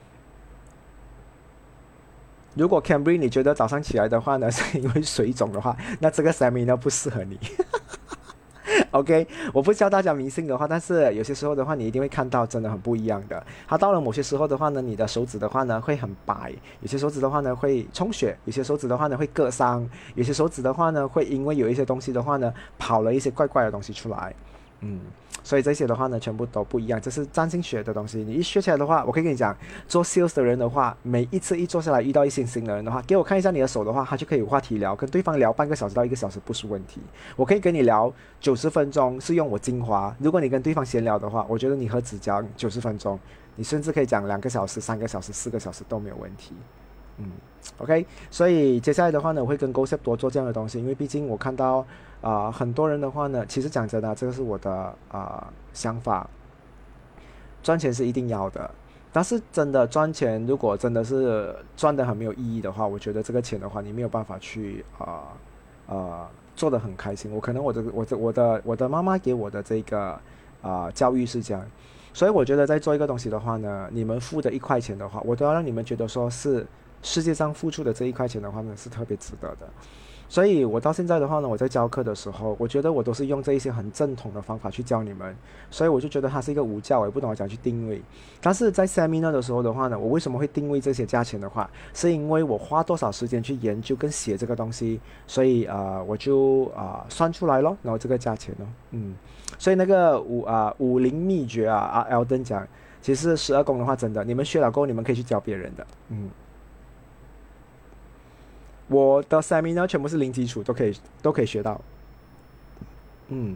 如果 Cambry 你觉得早上起来的话呢，是因为水肿的话，那这个 seminar 不适合你。OK， 我不教大家迷信的话，但是有些时候的话，你一定会看到真的很不一样的。它到了某些时候的话呢，你的手指的话呢会很白，有些手指的话呢会充血，有些手指的话呢会割伤，有些手指的话呢会因为有一些东西的话呢跑了一些怪怪的东西出来。嗯，所以这些的话呢，全部都不一样，这是占星学的东西。你一学起来的话，我可以跟你讲，做 sales 的人的话，每一次一坐下来遇到一些新的人的话，给我看一下你的手的话，他就可以有话题聊，跟对方聊半个小时到一个小时不是问题。我可以跟你聊九十分钟，是用我精华。如果你跟对方闲聊的话，我觉得你和只讲九十分钟，你甚至可以讲两个小时、三个小时、四个小时都没有问题。嗯 ，OK， 所以接下来的话呢，我会跟 Go Sep 多做这样的东西，因为毕竟我看到啊、呃、很多人的话呢，其实讲真的，这个是我的啊、呃、想法，赚钱是一定要的，但是真的赚钱，如果真的是赚得很没有意义的话，我觉得这个钱的话，你没有办法去啊呃, 呃做得很开心。我可能我的我的我的我的妈妈给我的这个啊、呃、教育是这样，所以我觉得在做一个东西的话呢，你们付的一块钱的话，我都要让你们觉得说是世界上付出的这一块钱的话呢，是特别值得的。所以我到现在的话呢，我在教课的时候，我觉得我都是用这一些很正统的方法去教你们，所以我就觉得它是一个无价，我也不懂得怎样去定位。但是在 seminar 的时候的话呢，我为什么会定位这些价钱的话，是因为我花多少时间去研究跟写这个东西，所以呃我就啊、呃、算出来咯，然后这个价钱咯，嗯，所以那个武啊、呃、武林秘诀啊啊 Elden 讲，其实十二宫的话真的，你们学了过后你们可以去教别人的，嗯。我的 seminar 全部是零基础，都可以都可以学到。嗯，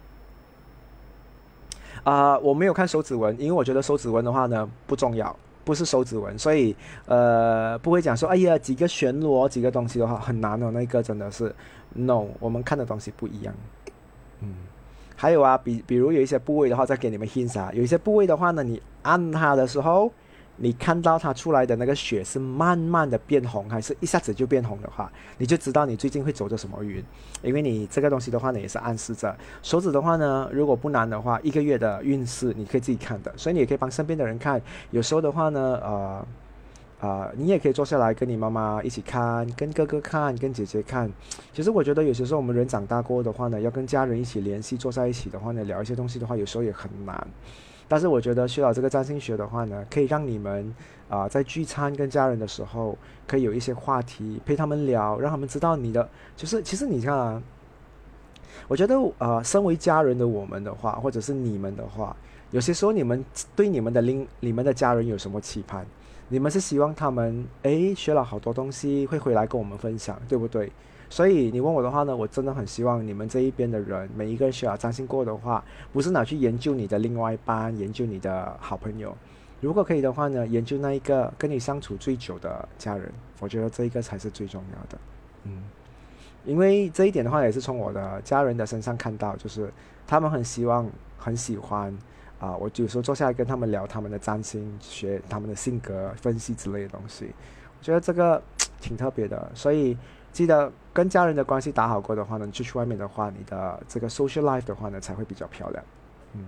啊、呃我没有看手指纹，因为我觉得手指纹的话呢不重要，不是手指纹，所以呃不会讲说哎呀几个旋螺几个东西的话很难哦，那个真的是 no，我们看的东西不一样。嗯，还有啊，比比如有一些部位的话，再给你们 hint 啊，有一些部位的话呢，你按它的时候。你看到它出来的那个血是慢慢的变红，还是一下子就变红的话，你就知道你最近会走着什么运，因为你这个东西的话呢，也是暗示着手指的话呢，如果不难的话，一个月的运势你可以自己看的，所以你也可以帮身边的人看。有时候的话呢，呃呃，你也可以坐下来跟你妈妈一起看，跟哥哥看，跟姐姐看。其实我觉得有些时候我们人长大过的话呢，要跟家人一起联系，坐在一起的话呢，聊一些东西的话，有时候也很难。但是我觉得学了这个占星学的话呢，可以让你们啊、呃、在聚餐跟家人的时候，可以有一些话题陪他们聊，让他们知道你的，就是其实你看啊，我觉得呃，身为家人的我们的话，或者是你们的话，有些时候你们对你们的另你们的家人有什么期盼？你们是希望他们诶学了好多东西会回来跟我们分享，对不对？所以你问我的话呢，我真的很希望你们这一边的人，每一个人学了占星过的话，不是拿去研究你的另外一半，研究你的好朋友，如果可以的话呢，研究那一个跟你相处最久的家人，我觉得这一个才是最重要的。嗯，因为这一点的话，也是从我的家人的身上看到，就是他们很希望、很喜欢啊、我有时候坐下来跟他们聊他们的占星学、他们的性格分析之类的东西，我觉得这个挺特别的，所以。记得跟家人的关系打好过的话呢，你出去外面的话，你的这个 social life 的话呢，才会比较漂亮。嗯，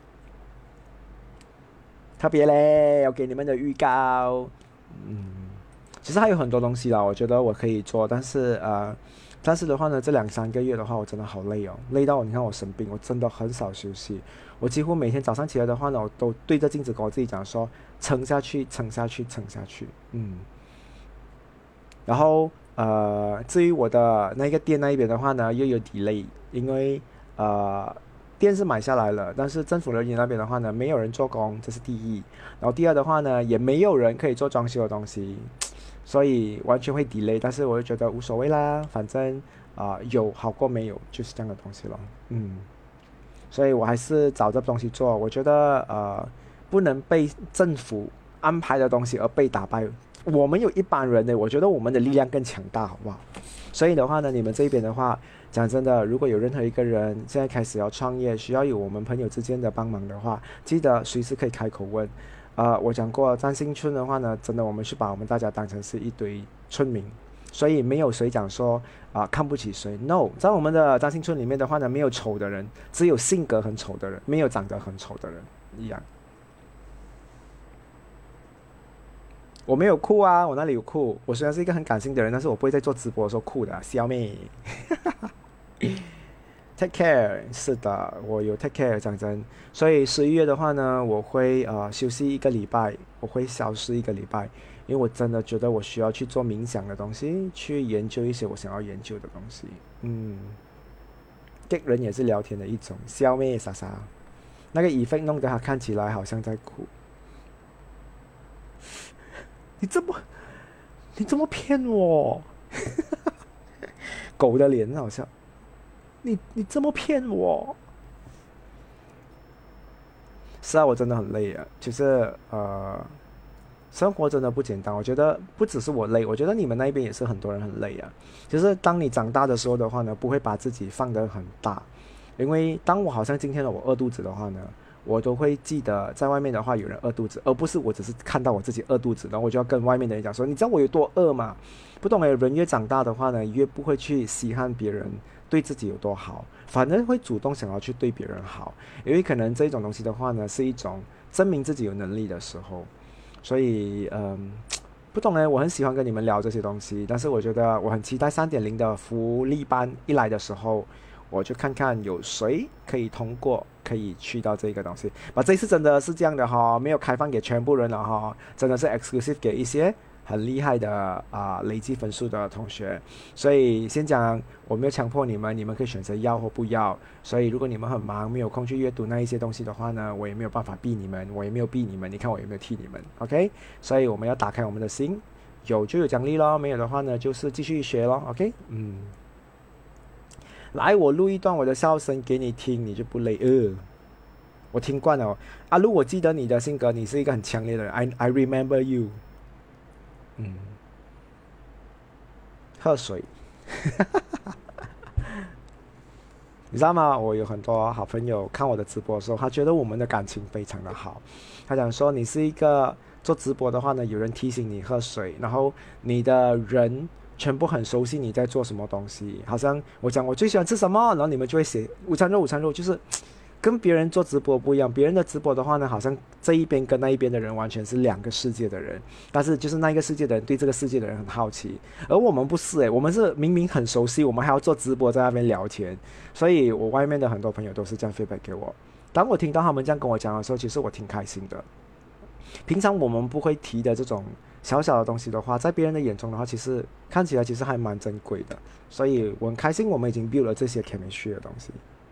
特别嘞，要给你们的预告。嗯，其实还有很多东西啦，我觉得我可以做，但是呃，但是的话呢，这两三个月的话，我真的好累哦，累到你看我生病，我真的很少休息，我几乎每天早上起来的话呢，我都对着镜子跟我自己讲说，撑下去，撑下去，撑下去。嗯，然后。呃，至于我的那个店那一边的话呢，又有 delay，因为呃店是买下来了，但是政府人员那边的话呢，没有人做工，这是第一。然后第二的话呢，也没有人可以做装修的东西，所以完全会 delay。但是我就觉得无所谓啦，反正啊、呃、有好过没有，就是这样的东西了。嗯，所以我还是找这东西做。我觉得呃不能被政府安排的东西而被打败。 我们有一般人呢，我觉得我们的力量更强大，好不好？所以的话呢，你们这边的话，讲真的，如果有任何一个人现在开始要创业，需要有我们朋友之间的帮忙的话，记得随时可以开口问。呃，我讲过，占星村的话呢，真的我们是把我们大家当成是一堆村民，所以没有谁讲说啊、呃、看不起谁。No， 在我们的占星村里面的话呢，没有丑的人，只有性格很丑的人，没有长得很丑的人一样。我没有哭啊，我那里有哭。我虽然是一个很感性的人，但是我不会在做直播的时候哭的、啊，小妹。take care， 是的，我有 take care， 讲真。所以十一月的话呢，我会呃休息一个礼拜，我会消失一个礼拜，因为我真的觉得我需要去做冥想的东西，去研究一些我想要研究的东西。嗯，跟人也是聊天的一种，小妹傻傻。那个 effect 弄得他看起来好像在哭。你这么，你这么骗我？狗的脸好像，你你这么骗我？是啊，我真的很累啊，就是呃，生活真的不简单。我觉得不只是我累，我觉得你们那边也是很多人很累啊。就是当你长大的时候的话呢，不会把自己放得很大，因为当我好像今天的我饿肚子的话呢。我都会记得在外面的话有人饿肚子，而不是我只是看到我自己饿肚子，然后我就要跟外面的人讲说，你知道我有多饿吗？不懂诶，人越长大的话呢，越不会去稀罕别人对自己有多好，反而会主动想要去对别人好，因为可能这种东西的话呢，是一种证明自己有能力的时候。所以嗯，不懂诶，我很喜欢跟你们聊这些东西，但是我觉得我很期待 三点零 的福利班一来的时候，我就看看有谁可以通过，可以去到这个东西。把这一次真的是这样的哈，没有开放给全部人了哈，真的是 exclusive 给一些很厉害的啊、呃、累积分数的同学。所以先讲，我没有强迫你们，你们可以选择要或不要。所以如果你们很忙，没有空去阅读那一些东西的话呢，我也没有办法逼你们，我也没有逼你们。你看我有没有替你们 ？OK？ 所以我们要打开我们的心，有就有奖励咯，没有的话呢，就是继续学咯。OK？ 嗯。来，我录一段我的笑声给你听，你就不累。呃，我听惯了。阿路，我记得你的性格，你是一个很强烈的人。I I remember you。嗯，喝水。你知道吗？我有很多好朋友看我的直播的时候，他觉得我们的感情非常的好。他讲说，你是一个做直播的话呢，有人提醒你喝水，然后你的人。全部很熟悉你在做什么东西，好像我讲我最喜欢吃什么，然后你们就会写午餐肉午餐肉，就是跟别人做直播不一样。别人的直播的话呢，好像这一边跟那一边的人完全是两个世界的人，但是就是那一个世界的人对这个世界的人很好奇，而我们不是诶，我们是明明很熟悉，我们还要做直播在那边聊天。所以我外面的很多朋友都是这样 feedback 给我，当我听到他们这样跟我讲的时候，其实我挺开心的。平常我们不会提的这种小小的东西的话，在别人的眼中的话，其实看起来其实还蛮珍贵的，所以我很开心我们已经 build 了这些 chemistry 的东西。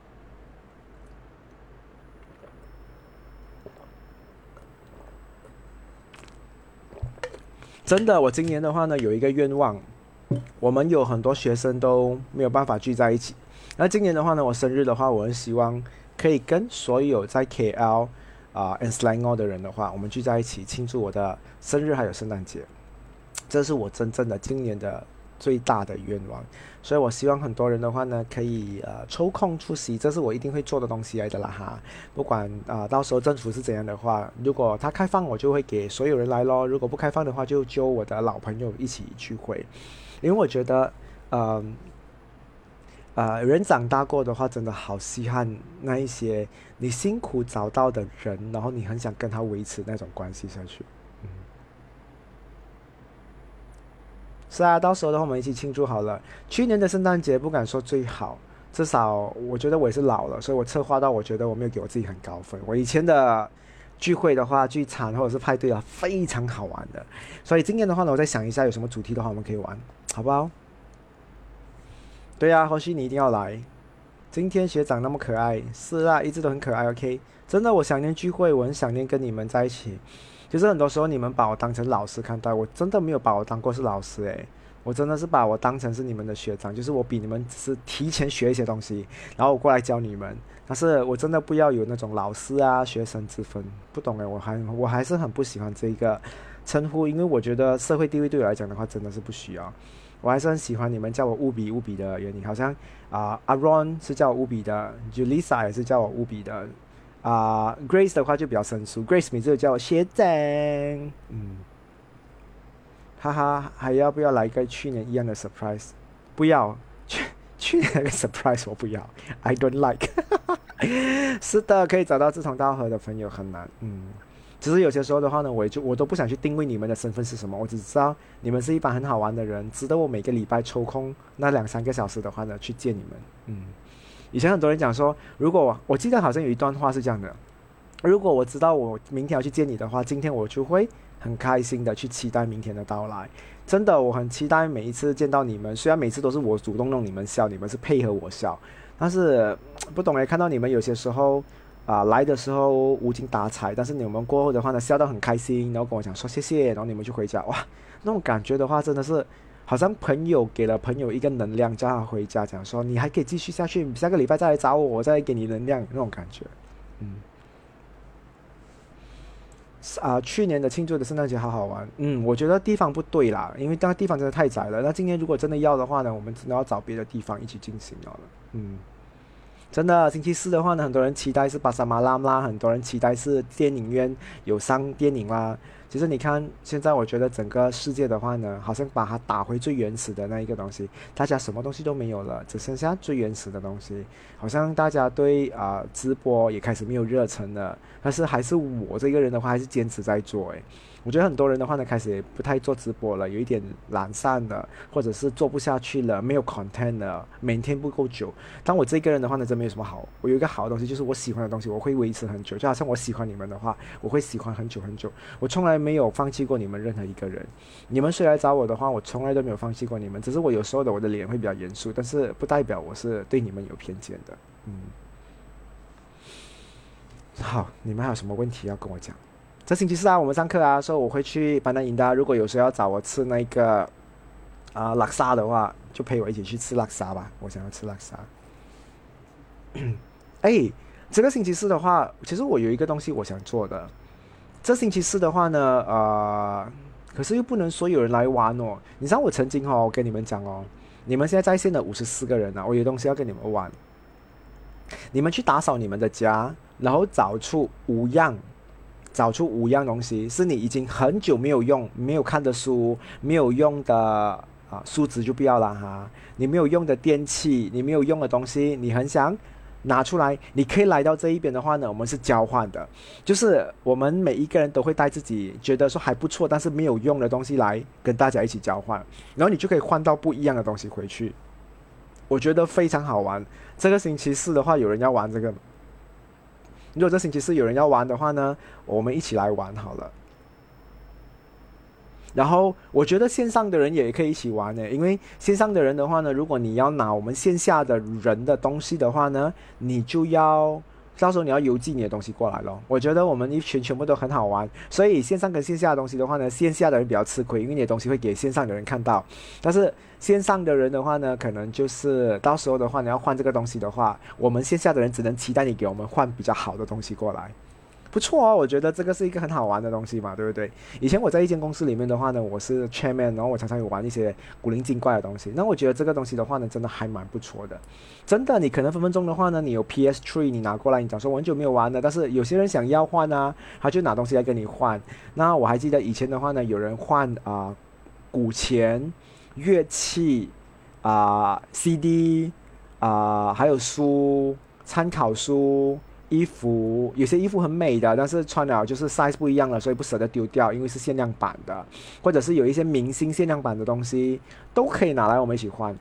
真的，我今年的话呢有一个愿望，我们有很多学生都没有办法聚在一起，那今年的话呢，我生日的话，我很希望可以跟所有在 K L啊、uh, and Selangor 的人的话，我们聚在一起庆祝我的生日还有圣诞节，这是我真正的今年的最大的愿望。所以我希望很多人的话呢，可以呃抽空出席，这是我一定会做的东西来的啦哈。不管啊、呃、到时候政府是怎样的话，如果他开放，我就会给所有人来咯；如果不开放的话，就揪我的老朋友一起聚会，因为我觉得，嗯、呃。呃，人长大过的话，真的好稀罕那一些你辛苦找到的人，然后你很想跟他维持那种关系下去。嗯，是啊，到时候的话我们一起庆祝好了。去年的圣诞节不敢说最好，至少我觉得我也是老了，所以我策划到我觉得我没有给我自己很高分。我以前的聚会的话，聚餐或者是派对啊，非常好玩的。所以今年的话呢，我再想一下有什么主题的话，我们可以玩，好不好？对啊，或许你一定要来。今天学长那么可爱，是啊，一直都很可爱。OK， 真的，我想念聚会，我很想念跟你们在一起。就是很多时候你们把我当成老师看待，我真的没有把我当过是老师诶，我真的是把我当成是你们的学长，就是我比你们只是提前学一些东西，然后我过来教你们。但是我真的不要有那种老师啊学生之分，不懂诶，我还我还是很不喜欢这个称呼，因为我觉得社会地位对我来讲的话，真的是不需要。我还是很喜欢你们叫我务比务比的原因，好像啊、呃、，Aaron 是叫我务比的 ，Julissa 也是叫我务比的，啊、呃、，Grace 的话就比较生疏 ，Grace 每次都叫我学长，嗯，哈哈，还要不要来个去年一样的 surprise？ 不要，去去年那个 surprise 我不要 ，I don't like 。是的，可以找到志同道合的朋友很难，嗯。其实有些时候的话呢，我也就我都不想去定位你们的身份是什么，我只知道你们是一帮很好玩的人，值得我每个礼拜抽空那两三个小时的话呢去见你们。嗯，以前很多人讲说，如果我我记得好像有一段话是这样的，如果我知道我明天要去见你的话，今天我就会很开心的去期待明天的到来。真的，我很期待每一次见到你们，虽然每次都是我主动弄你们笑，你们是配合我笑，但是不懂诶，看到你们有些时候。啊、呃，来的时候无精打采，但是你们过后的话呢，笑到很开心，然后跟我讲说谢谢，然后你们就回家，哇，那种感觉的话，真的是好像朋友给了朋友一个能量，叫他回家，讲说你还可以继续下去，下个礼拜再来找我，我再给你能量，那种感觉，嗯，啊、呃，去年的庆祝的圣诞节好好玩，嗯，我觉得地方不对啦，因为那个地方真的太窄了，那今年如果真的要的话呢，我们真的要找别的地方一起进行了，嗯。真的，星期四的话呢，很多人期待是巴沙马拉啦，很多人期待是电影院有上电影啦。其实你看，现在我觉得整个世界的话呢，好像把它打回最原始的那一个东西，大家什么东西都没有了，只剩下最原始的东西。好像大家对啊、呃、直播也开始没有热忱了，但是还是我这个人的话，还是坚持在做诶。我觉得很多人的话呢，开始也不太做直播了，有一点懒散了，或者是做不下去了，没有 content 了，每天不够久。但我这个人的话呢，真没有什么好。我有一个好的东西，就是我喜欢的东西，我会维持很久。就好像我喜欢你们的话，我会喜欢很久很久。我从来没有放弃过你们任何一个人。你们谁来找我的话，我从来都没有放弃过你们。只是我有时候的我的脸会比较严肃，但是不代表我是对你们有偏见的。嗯。好，你们还有什么问题要跟我讲？这星期四啊，我们上课啊，说我会去班南营的。如果有谁要找我吃那个啊、呃、拉沙的话，就陪我一起去吃拉沙吧。我想要吃拉沙。哎，这个星期四的话，其实我有一个东西我想做的。这星期四的话呢，呃，可是又不能所有人来玩哦。你知道我曾经哦，我跟你们讲哦，你们现在在线的五十四个人啊，我有东西要跟你们玩。你们去打扫你们的家，然后找出五样。找出五样东西是你已经很久没有用、没有看的书、没有用的啊书籍就不要了哈。你没有用的电器，你没有用的东西，你很想拿出来，你可以来到这一边的话呢，我们是交换的，就是我们每一个人都会带自己觉得说还不错，但是没有用的东西来跟大家一起交换，然后你就可以换到不一样的东西回去。我觉得非常好玩。这个星期四的话，有人要玩这个吗？如果这星期四有人要玩的话呢，我们一起来玩好了。然后我觉得线上的人也可以一起玩呢，因为线上的人的话呢，如果你要拿我们线下的人的东西的话呢，你就要到时候你要邮寄你的东西过来咯。我觉得我们一群全部都很好玩，所以线上跟线下的东西的话呢，线下的人比较吃亏，因为你的东西会给线上的人看到，但是线上的人的话呢，可能就是到时候的话你要换这个东西的话，我们线下的人只能期待你给我们换比较好的东西过来。不错哦，我觉得这个是一个很好玩的东西嘛，对不对？以前我在一间公司里面的话呢，我是 chairman， 然后我常常有玩一些古灵精怪的东西。那我觉得这个东西的话呢，真的还蛮不错的。真的，你可能分分钟的话呢，你有 P S 三， 你拿过来，你讲说我很久没有玩了，但是有些人想要换啊，他就拿东西来跟你换。那我还记得以前的话呢，有人换啊、呃、古钱、乐器啊、呃、C D 啊、呃，还有书、参考书。衣服有些衣服很美的，但是穿了就是 size 不一样了，所以不舍得丢掉，因为是限量版的，或者是有一些明星限量版的东西，都可以拿来我们一起换。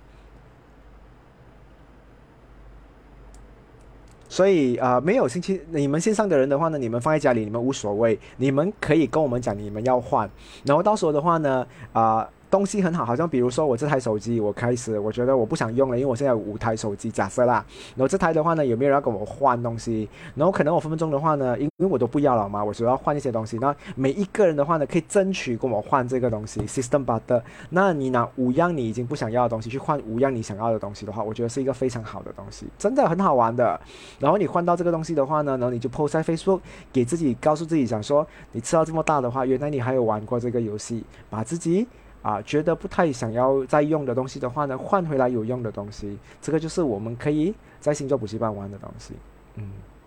所以呃，没有星期你们线上的人的话呢，你们放在家里你们无所谓，你们可以跟我们讲你们要换，然后到时候的话呢，啊、呃。 东西很好，好像比如说我这台手机，我开始我觉得我不想用了，因为我现在有五台手机，假设啦，然后这台的话呢，有没有人要跟我换东西？然后可能我分分钟的话呢，因为我都不要了嘛，我主要换一些东西，那每一个人的话呢，可以争取跟我换这个东西 ，system butter。那你拿五样你已经不想要的东西去换五样你想要的东西的话，我觉得是一个非常好的东西，真的很好玩的。然后你换到这个东西的话呢，然后你就 post 在 Facebook， 给自己告诉自己讲说，你吃到这么大的话，原来你还有玩过这个游戏，把自己啊觉得不太想要再用的东西的话呢，换回来有用的东西，这个就是我们可以在星座补习班玩的东西。嗯，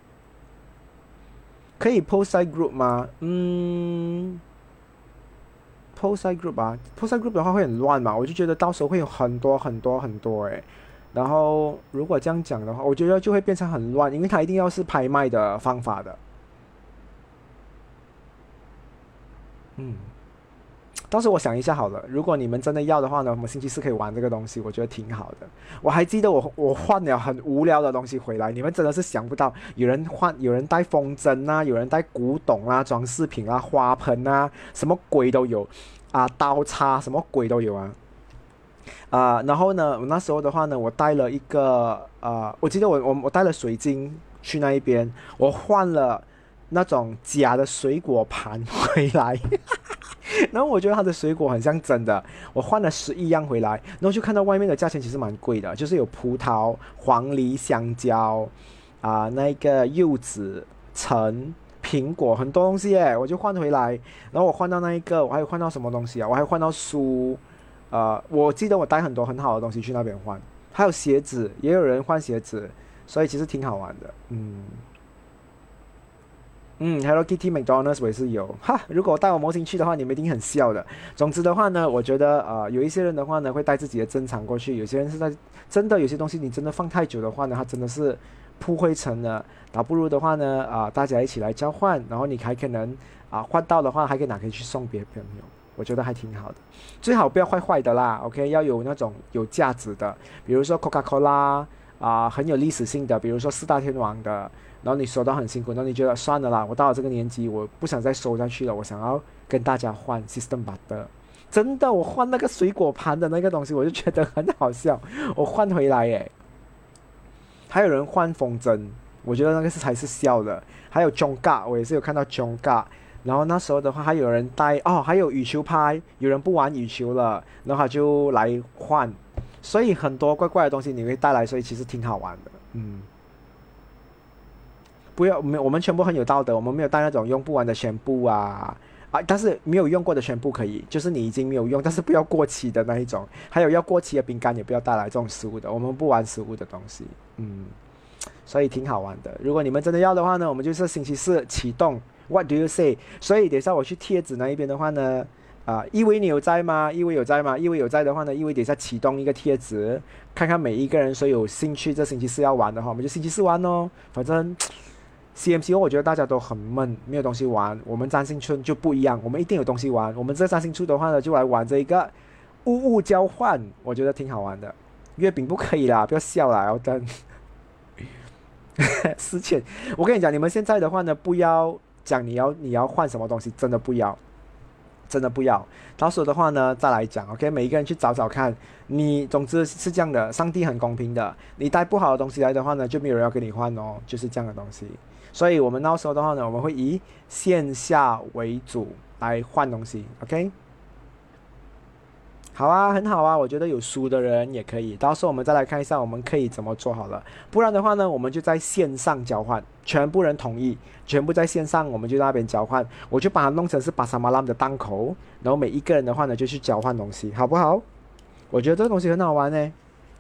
可以 post 在 group 吗？嗯。post 在 group 啊 ，post 在 group 的话会很乱嘛，我就觉得到时候会有很多很多很多诶。然后如果这样讲的话，我觉得就会变成很乱，因为它一定要是拍卖的方法的。嗯，到时候我想一下好了，如果你们真的要的话呢，我们星期四可以玩这个东西，我觉得挺好的。我还记得我我换了很无聊的东西回来，你们真的是想不到，有人换，有人带风筝啊，有人带古董啊、装饰品啊、花盆啊，什么鬼都有啊，刀叉什么鬼都有啊。啊、然后呢，我那时候的话呢，我带了一个啊、我记得我我我带了水晶去那一边，我换了那种假的水果盘回来。然后我觉得它的水果很像真的，我换了十一样回来，然后就看到外面的价钱其实蛮贵的，就是有葡萄、黄梨、香蕉啊、那个柚子、橙、苹果，很多东西耶，我就换回来。然后我换到那一个，我还有换到什么东西啊？我还换到书，呃，我记得我带很多很好的东西去那边换，还有鞋子，也有人换鞋子，所以其实挺好玩的，嗯。嗯，Hello Kitty、McDonald's 我也是有哈。如果我带我模型去的话，你们一定很笑的。总之的话呢，我觉得呃，有一些人的话呢，会带自己的珍藏过去；有些人是在真的有些东西你真的放太久的话呢，它真的是铺灰尘了。倒不如的话呢，啊、呃，大家一起来交换，然后你还可能啊、换到的话，还可以拿可以去送别朋友，我觉得还挺好的。最好不要坏坏的啦，OK，要有那种有价值的，比如说 Coca-Cola 啊、很有历史性的，比如说四大天王的。然后你收到很辛苦，然后你觉得算了啦，我到了这个年纪，我不想再收下去了，我想要跟大家换 system butter。真的，我换那个水果盘的那个东西，我就觉得很好笑，我换回来耶。还有人换风筝，我觉得那个是才是笑的。还有中嘎，我也是有看到中嘎。然后那时候的话，还有人带哦，还有羽球拍，有人不玩羽球了，然后他就来换。所以很多怪怪的东西你会带来，所以其实挺好玩的，嗯。不要，没我们全部很有道德，我们没有带那种用不完的宣布啊啊！但是没有用过的宣布可以，就是你已经没有用，但是不要过期的那一种。还有要过期的饼干也不要带来这种食物的，我们不玩食物的东西，嗯，所以挺好玩的。如果你们真的要的话呢，我们就是星期四启动。What do you say？ 所以等一下我去贴纸那一边的话呢，啊、呃，一维你有在吗？一维有在吗？一维有在的话呢，一维等一下启动一个贴纸，看看每一个人谁有兴趣这星期四要玩的话，我们就星期四玩哦，反正。C M C O 我觉得大家都很闷，没有东西玩。我们占星村就不一样，我们一定有东西玩。我们这占星村的话呢，就来玩这一个物物交换，我觉得挺好玩的。月饼不可以啦，不要笑啦，要等四千。我跟你讲，你们现在的话呢，不要讲你要你要换什么东西，真的不要，真的不要。到时候的话呢，再来讲 ，OK？ 每一个人去找找看。你总之是这样的，上帝很公平的。你带不好的东西来的话呢，就没有人要跟你换哦，就是这样的东西。所以我们到时候的话呢，我们会以线下为主来换东西 ，OK？ 好啊，很好啊，我觉得有输的人也可以。到时候我们再来看一下，我们可以怎么做好了。不然的话呢，我们就在线上交换，全部人同意，全部在线上，我们就在那边交换。我就把它弄成是巴沙马拉的档口，然后每一个人的话呢，就去交换东西，好不好？我觉得这个东西很好玩呢。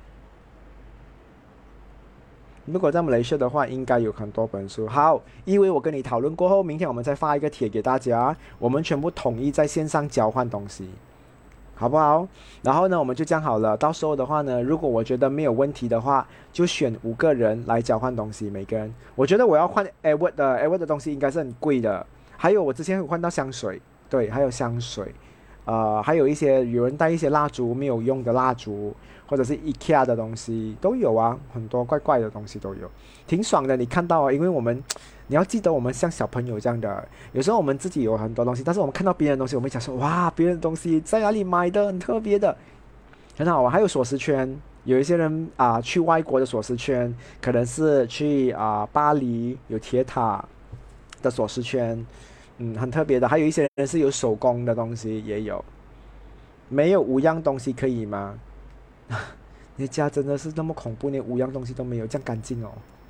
如果在马来西亚的话，应该有很多本书。好，因为我跟你讨论过后，明天我们再发一个帖给大家，我们全部统一在线上交换东西，好不好？然后呢，我们就这样好了。到时候的话呢，如果我觉得没有问题的话，就选五个人来交换东西，每个人。我觉得我要换 Edward 的 Edward 的东西应该是很贵的。还有我之前有换到香水，对，还有香水，呃，还有一些有人带一些蜡烛没有用的蜡烛。 或者是 IKEA 的东西都有啊，很多怪怪的东西都有，挺爽的。你看到啊，因为我们你要记得，我们像小朋友这样的，有时候我们自己有很多东西，但是我们看到别人的东西，我们讲说哇，别人的东西在哪里买的，很特别的，很好啊。还有锁匙圈，有一些人啊、去外国的锁匙圈，可能是去啊、巴黎有铁塔的锁匙圈，嗯，很特别的。还有一些人是有手工的东西也有，没有五样东西可以吗？你家真的是那么恐怖，连五样东西都没有，这样干净哦。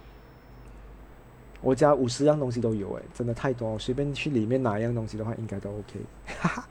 我家五十样东西都有，哎，真的太多，我随便去里面拿一样东西的话，应该都 OK。哈哈，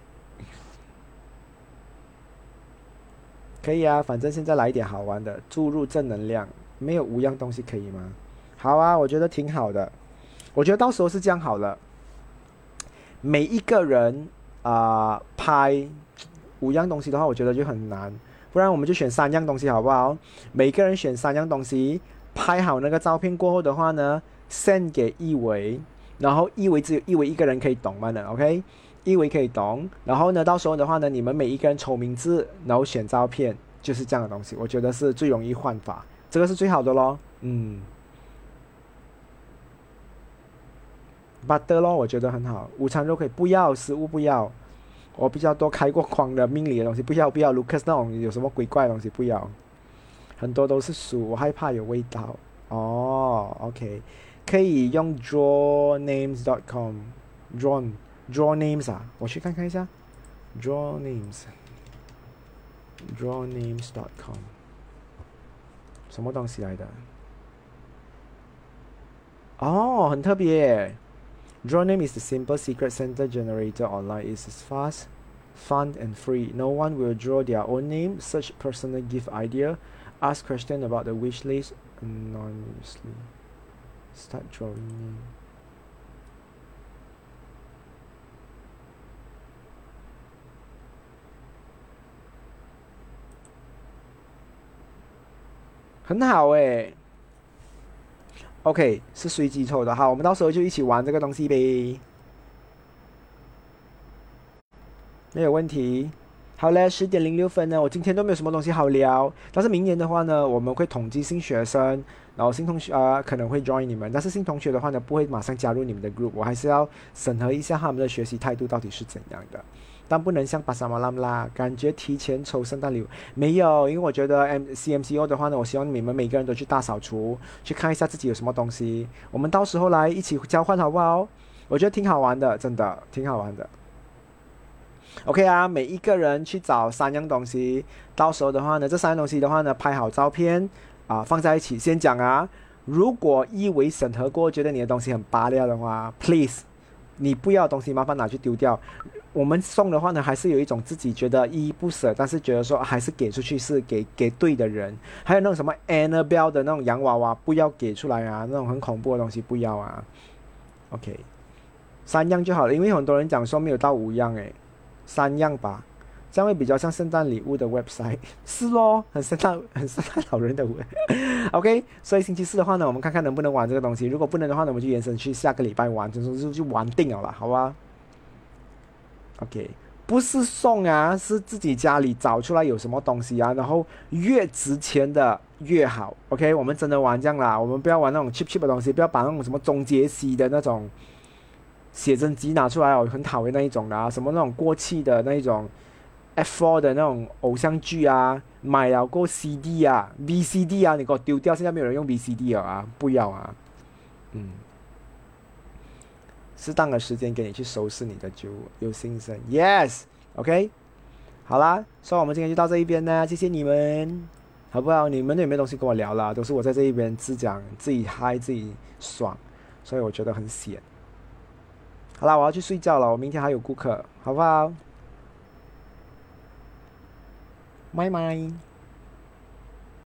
可以啊，反正现在来一点好玩的，注入正能量。没有五样东西可以吗？好啊，我觉得挺好的。我觉得到时候是这样好了，每一个人啊、呃拍五样东西的话，我觉得就很难。不然我们就选三样东西好不好？每个人选三样东西，拍好那个照片过后的话呢，send 给一维，然后一维只有一维一个人可以懂嘛的 ，OK？一维可以懂，然后呢，到时候的话呢，你们每一个人抽名字，然后选照片，就是这样的东西，我觉得是最容易换法，这个是最好的咯。嗯，butter 咯，我觉得很好，午餐肉可以不要，食物不要。我比较多开过光的命理的东西，不要不要 Lucas 那种有什么鬼怪的东西不要，很多都是鼠，我害怕有味道。哦，OK，可以用 draw names dot com，draw draw names 啊，我去看看一下，draw names，draw names dot com， 什么东西来的？哦，很特别。Draw name is the simple secret Santa generator online. It's fast, fun, and free. No one will draw their own name, search personal gift idea, ask questions about the wish list anonymously. Start drawing name. 很好诶。OK， 是随机抽的，好，我们到时候就一起玩这个东西呗，没有问题。好嘞，十点零六分呢，我今天都没有什么东西好聊，但是明年的话呢，我们会统计新学生，然后新同学啊、呃、可能会 join 你们，但是新同学的话呢，不会马上加入你们的 group， 我还是要审核一下他们的学习态度到底是怎样的。但不能像巴沙马拉啦，感觉提前抽圣诞礼物没有，因为我觉得 M C M C O 的话呢，我希望你们每个人都去大扫除，去看一下自己有什么东西，我们到时候来一起交换好不好？我觉得挺好玩的，真的挺好玩的。OK 啊，每一个人去找三样东西，到时候的话呢，这三样东西的话呢，拍好照片啊、放在一起。先讲啊，如果一维审核过，觉得你的东西很拔料的话，please，你不要的东西麻烦拿去丢掉。我们送的话呢，还是有一种自己觉得依依不舍，但是觉得说还是给出去是给给对的人。还有那种什么 Annabelle 的那种洋娃娃，不要给出来啊，那种很恐怖的东西不要啊。OK，三样就好了，因为很多人讲说没有到五样诶，三样吧，这样会比较像圣诞礼物的 website， 是咯，很圣诞很圣诞老人的 web。OK， 所以星期四的话呢，我们看看能不能玩这个东西，如果不能的话呢，我们就延伸去下个礼拜玩，就是就就玩定了啦，好吧？ OK， 不是送啊，是自己家里找出来有什么东西啊，然后越值钱的越好。OK， 我们真的玩这样啦，我们不要玩那种 cheap cheap 的东西，不要把那种什么中阶 C 的那种写真集拿出来哦，很讨厌那一种的啊，什么那种过气的那一种 F 四 的那种偶像剧啊，买了过 C D 啊 V C D 啊，你给我丢掉，现在没有人用 V C D 了啊，不要啊，嗯。适当的时间给你去收拾你的旧物，有新生 ，yes，OK，、okay? 好啦，所以我们今天就到这一边呢，谢谢你们，好不好？你们有没有东西跟我聊啦？都是我在这一边自讲自己嗨自己爽，所以我觉得很闲。好啦，我要去睡觉了，我明天还有顾客，好不好？拜拜。